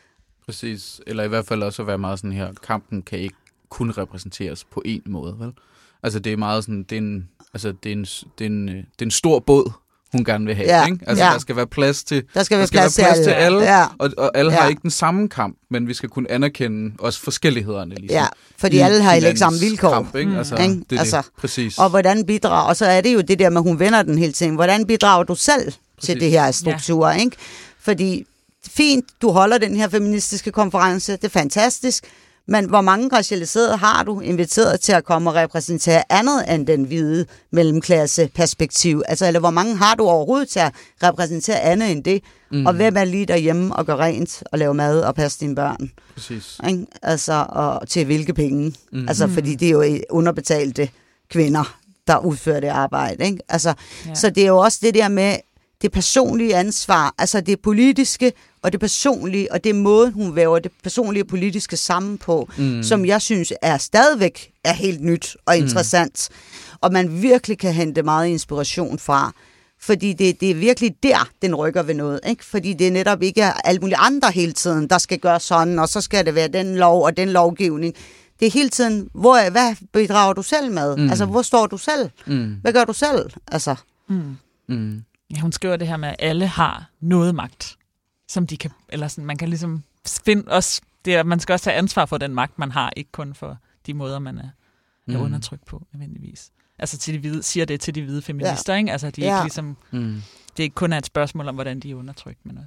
Præcis. Eller i hvert fald også at være meget sådan her, kampen kan ikke kun repræsenteres på én måde, vel? Altså, det er meget sådan, det er en, altså, det er en, det er en, det er en stor båd, hun gerne vil have, ja, ikke? Altså, ja. der skal være plads til, der skal være der skal plads, være plads til, til alle, alle, ja. og, og alle ja. har ikke den samme kamp, men vi skal kunne anerkende også forskellighederne, ligesom. Ja, fordi alle har ikke samme vilkår. Kamp, ikke? Altså, mm. det er altså, det. Præcis. Og hvordan bidrager, og så er det jo det der med, hun vender den hele tiden. Hvordan bidrager du selv præcis. Til det her struktur, ja. Ikke? Fordi, fint, du holder den her feministiske konference, det er fantastisk, men hvor mange racialiserede har du inviteret til at komme og repræsentere andet end den hvide mellemklasse perspektiv? Altså, eller hvor mange har du overhovedet til at repræsentere andet end det? Mm. Og hvem er lige derhjemme og gør rent og lave mad og passe dine børn? Præcis. Ikke? Altså, og til hvilke penge? Mm. Altså, fordi det er jo underbetalte kvinder, der udfører det arbejde. Ikke? Altså, ja. Så det er jo også det der med det personlige ansvar, altså det politiske og det personlige, og det måde, hun væver det personlige og politiske sammen på, mm. som jeg synes er stadigvæk er helt nyt og interessant. Mm. Og man virkelig kan hente meget inspiration fra. Fordi det, det er virkelig der, den rykker ved noget. Ikke? Fordi det er netop ikke alle mulige andre hele tiden, der skal gøre sådan, og så skal det være den lov og den lovgivning. Det er hele tiden, hvor, hvad bidrager du selv med? Mm. Altså, hvor står du selv? Mm. Hvad gør du selv? Altså. Mm. Mm. Ja, hun skriver det her med, at alle har noget magt, som de kan, eller sådan, man kan ligesom finde også, det er, man skal også tage ansvar for den magt, man har, ikke kun for de måder, man er, er mm. undertrykt på, nødvendigvis. Altså til de hvide, siger det til de hvide feminister, ja. Ikke? Altså de ja. Ikke ligesom, mm. det er ikke kun er et spørgsmål om, hvordan de er undertrykt, men også.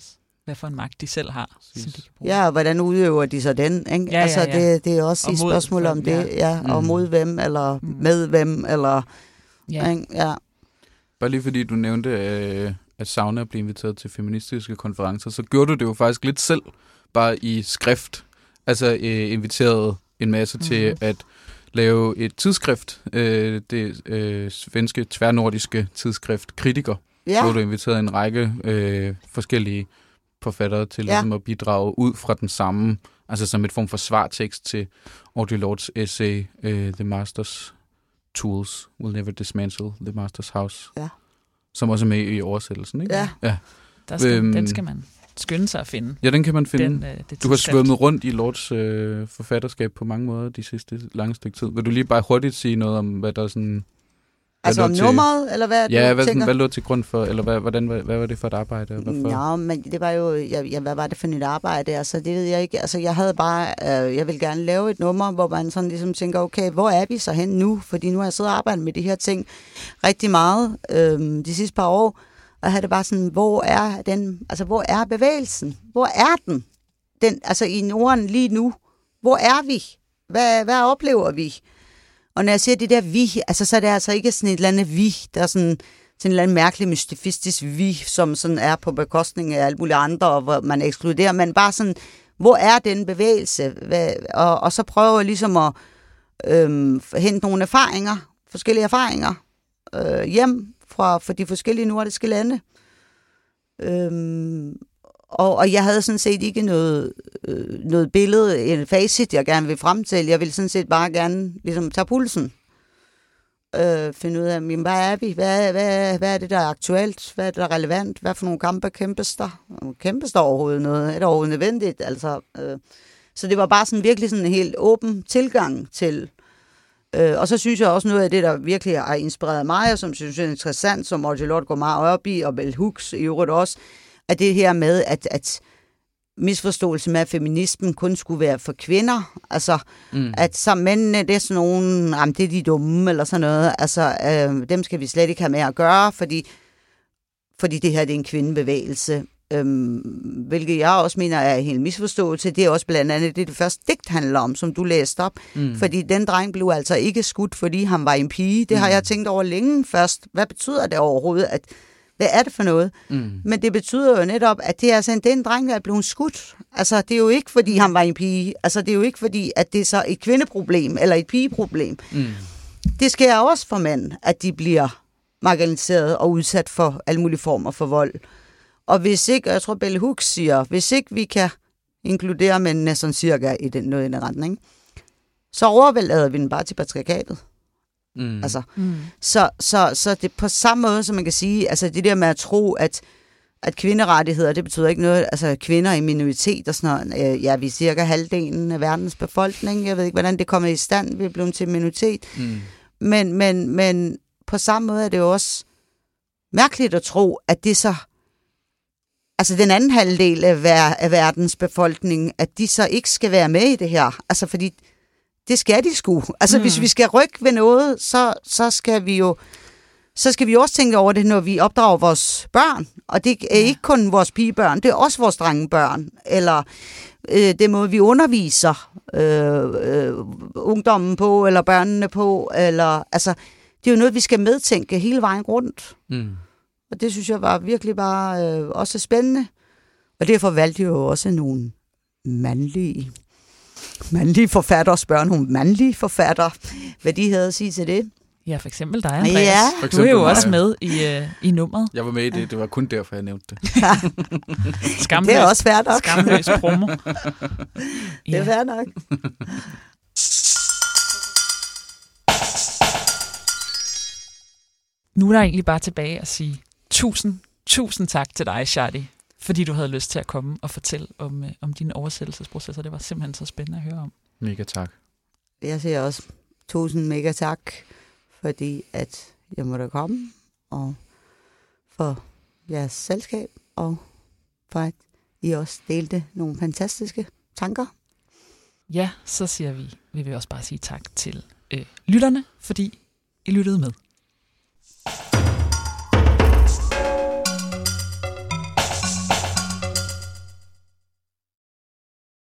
hvad for en magt de selv har. Som de kan bruge. Ja, og hvordan udøver de så den? Ikke? Ja, altså, ja, ja. Det, det er også Og et mod spørgsmål om hvem, det. Ja. Ja, og Mm. mod hvem, eller Mm. med hvem, eller... Ja. Ikke? Ja. Bare lige fordi du nævnte, øh, at Sauna blev inviteret til feministiske konferencer, så gjorde du det jo faktisk lidt selv, bare i skrift. Altså øh, inviterede en masse mm-hmm. til at lave et tidsskrift, øh, det øh, svenske tværnordiske tidsskrift Kritiker, Ja. hvor du inviterede en række øh, forskellige forfattere til Ja. ligesom at bidrage ud fra den samme, altså som et form for svartekst til Audre Lordes essay, uh, The Master's Tools Will Never Dismantle the Master's House, Ja. som også er med i oversættelsen, ikke? Ja. Ja, Der skal, Øhm, den skal man skynde sig at finde. ja den kan man finde. Den, øh, det Du har tidsskrift. svømmet rundt i Lords øh, forfatterskab på mange måder de sidste lange stykke tid. Vil du lige bare hurtigt sige noget om, hvad der sådan... Altså lå om til- nummeret, eller hvad Ja, du hvad, sådan, tænker? hvad lå til grund for, eller hvad, hvordan, hvad, hvad var det for et arbejde? Og hvorfor? Nå, men det var jo, ja, ja, hvad var det for et arbejde? Altså, det ved jeg ikke. Altså, jeg havde bare, øh, jeg vil gerne lave et nummer, hvor man sådan ligesom tænker, okay, hvor er vi så hen nu? Fordi nu har jeg siddet og arbejdet med de her ting rigtig meget øh, de sidste par år, og havde det bare sådan, hvor er den, altså, hvor er bevægelsen? Hvor er den? den altså, i Norden lige nu, hvor er vi? Hvad, hvad oplever vi? Og når jeg siger det der vi, altså, så er det altså ikke sådan et eller andet vi, der er sådan, sådan en eller anden mærkelig mystifistisk vi, som sådan er på bekostning af alle mulige andre, og hvor man ekskluderer, men bare sådan, hvor er den bevægelse? Hvad, og, og så prøver jeg ligesom at øhm, hente nogle erfaringer, forskellige erfaringer, øh, hjem fra, fra de forskellige nordiske lande. Øhm, og, og jeg havde sådan set ikke noget, øh, noget billede, en facit, jeg gerne vil fremtælle. Jeg ville sådan set bare gerne ligesom tage pulsen. Øh, finde ud af, jamen, hvad er vi? Hvad, hvad, hvad er det, der er aktuelt? Hvad er det, der er relevant? Hvad for nogle kampe kæmpes der? Kæmpes der overhovedet noget? Er det overhovedet nødvendigt? Altså, øh, så det var bare sådan virkelig sådan en helt åben tilgang til. Øh, og så synes jeg også noget af det, der virkelig har inspireret mig, og som synes jeg er interessant, som Audre Lorde går meget op i, og Bell Hooks i øvrigt også, at det her med, at, at misforståelse med, at feminismen kun skulle være for kvinder. Altså, mm. at så mændene, det er sådan nogle, jamen, det er de dumme, eller sådan noget. Altså, øh, dem skal vi slet ikke have med at gøre, fordi, fordi det her det er en kvindebevægelse. Øhm, hvilket jeg også mener er en hel misforståelse. Det er også blandt andet det, det første digt handler om, som du læste op. Mm. Fordi den dreng blev altså ikke skudt, fordi han var en pige. Det mm. har jeg tænkt over længe først. Hvad betyder det overhovedet, at hvad er det for noget? Mm. Men det betyder jo netop, at det er altså en, det er en dreng, der er blevet skudt. Altså, det er jo ikke, fordi han var en pige. Altså, det er jo ikke, fordi at det er så et kvindeproblem eller et pigeproblem. Mm. Det sker også for mænd, at de bliver marginaliseret og udsat for alle mulige former for vold. Og hvis ikke, og jeg tror, Bell Hooks siger, hvis ikke vi kan inkludere mændene sådan cirka i den, noget i den retning, så overvælder vi den bare til patriarkatet. Mm. Altså, mm. Så, så, så det på samme måde, som man kan sige, altså det der med at tro, at, at kvinderettigheder, det betyder ikke noget, altså kvinder i minoritet og sådan noget, øh, ja, vi er cirka halvdelen af verdens befolkning, jeg ved ikke, hvordan det kommer i stand, vi er blevet til minoritet, mm. men, men, men på samme måde er det jo også mærkeligt at tro, at det så, altså den anden halvdel af, ver- af verdens befolkning, at de så ikke skal være med i det her, altså fordi det skal de sgu. Altså, mm. hvis vi skal rykke ved noget, så, så skal vi jo så skal vi også tænke over det, når vi opdrager vores børn. Og det er ikke kun vores pigebørn, det er også vores drengebørn. Eller øh, det måde, vi underviser øh, øh, ungdommen på, eller børnene på. Eller, altså, det er jo noget, vi skal medtænke hele vejen rundt. Mm. Og det synes jeg var virkelig bare øh, også spændende. Og derfor valgte jeg jo også nogle mandlige mandlige forfattere og spørge nogle mandlige forfattere, hvad de havde at sige til det. Ja, for eksempel dig, Andreas. Ja. Du er jo også med i, uh, i nummeret. Jeg var med i det, det var kun derfor, jeg nævnte det. Skamløs, det er også fair nok. Skamløs promo. Det er fair nok. Nu er der egentlig bare tilbage at sige tusind, tusind tak til dig, Shadi, fordi du havde lyst til at komme og fortælle om, øh, om dine oversættelsesprocesser. Det var simpelthen så spændende at høre om. Mega tak. Jeg siger også tusind mega tak, fordi at jeg måtte komme, og for jeres selskab, og for at I også delte nogle fantastiske tanker. Ja, så siger vi, vil vi også bare sige tak til øh, lytterne, fordi I lyttede med.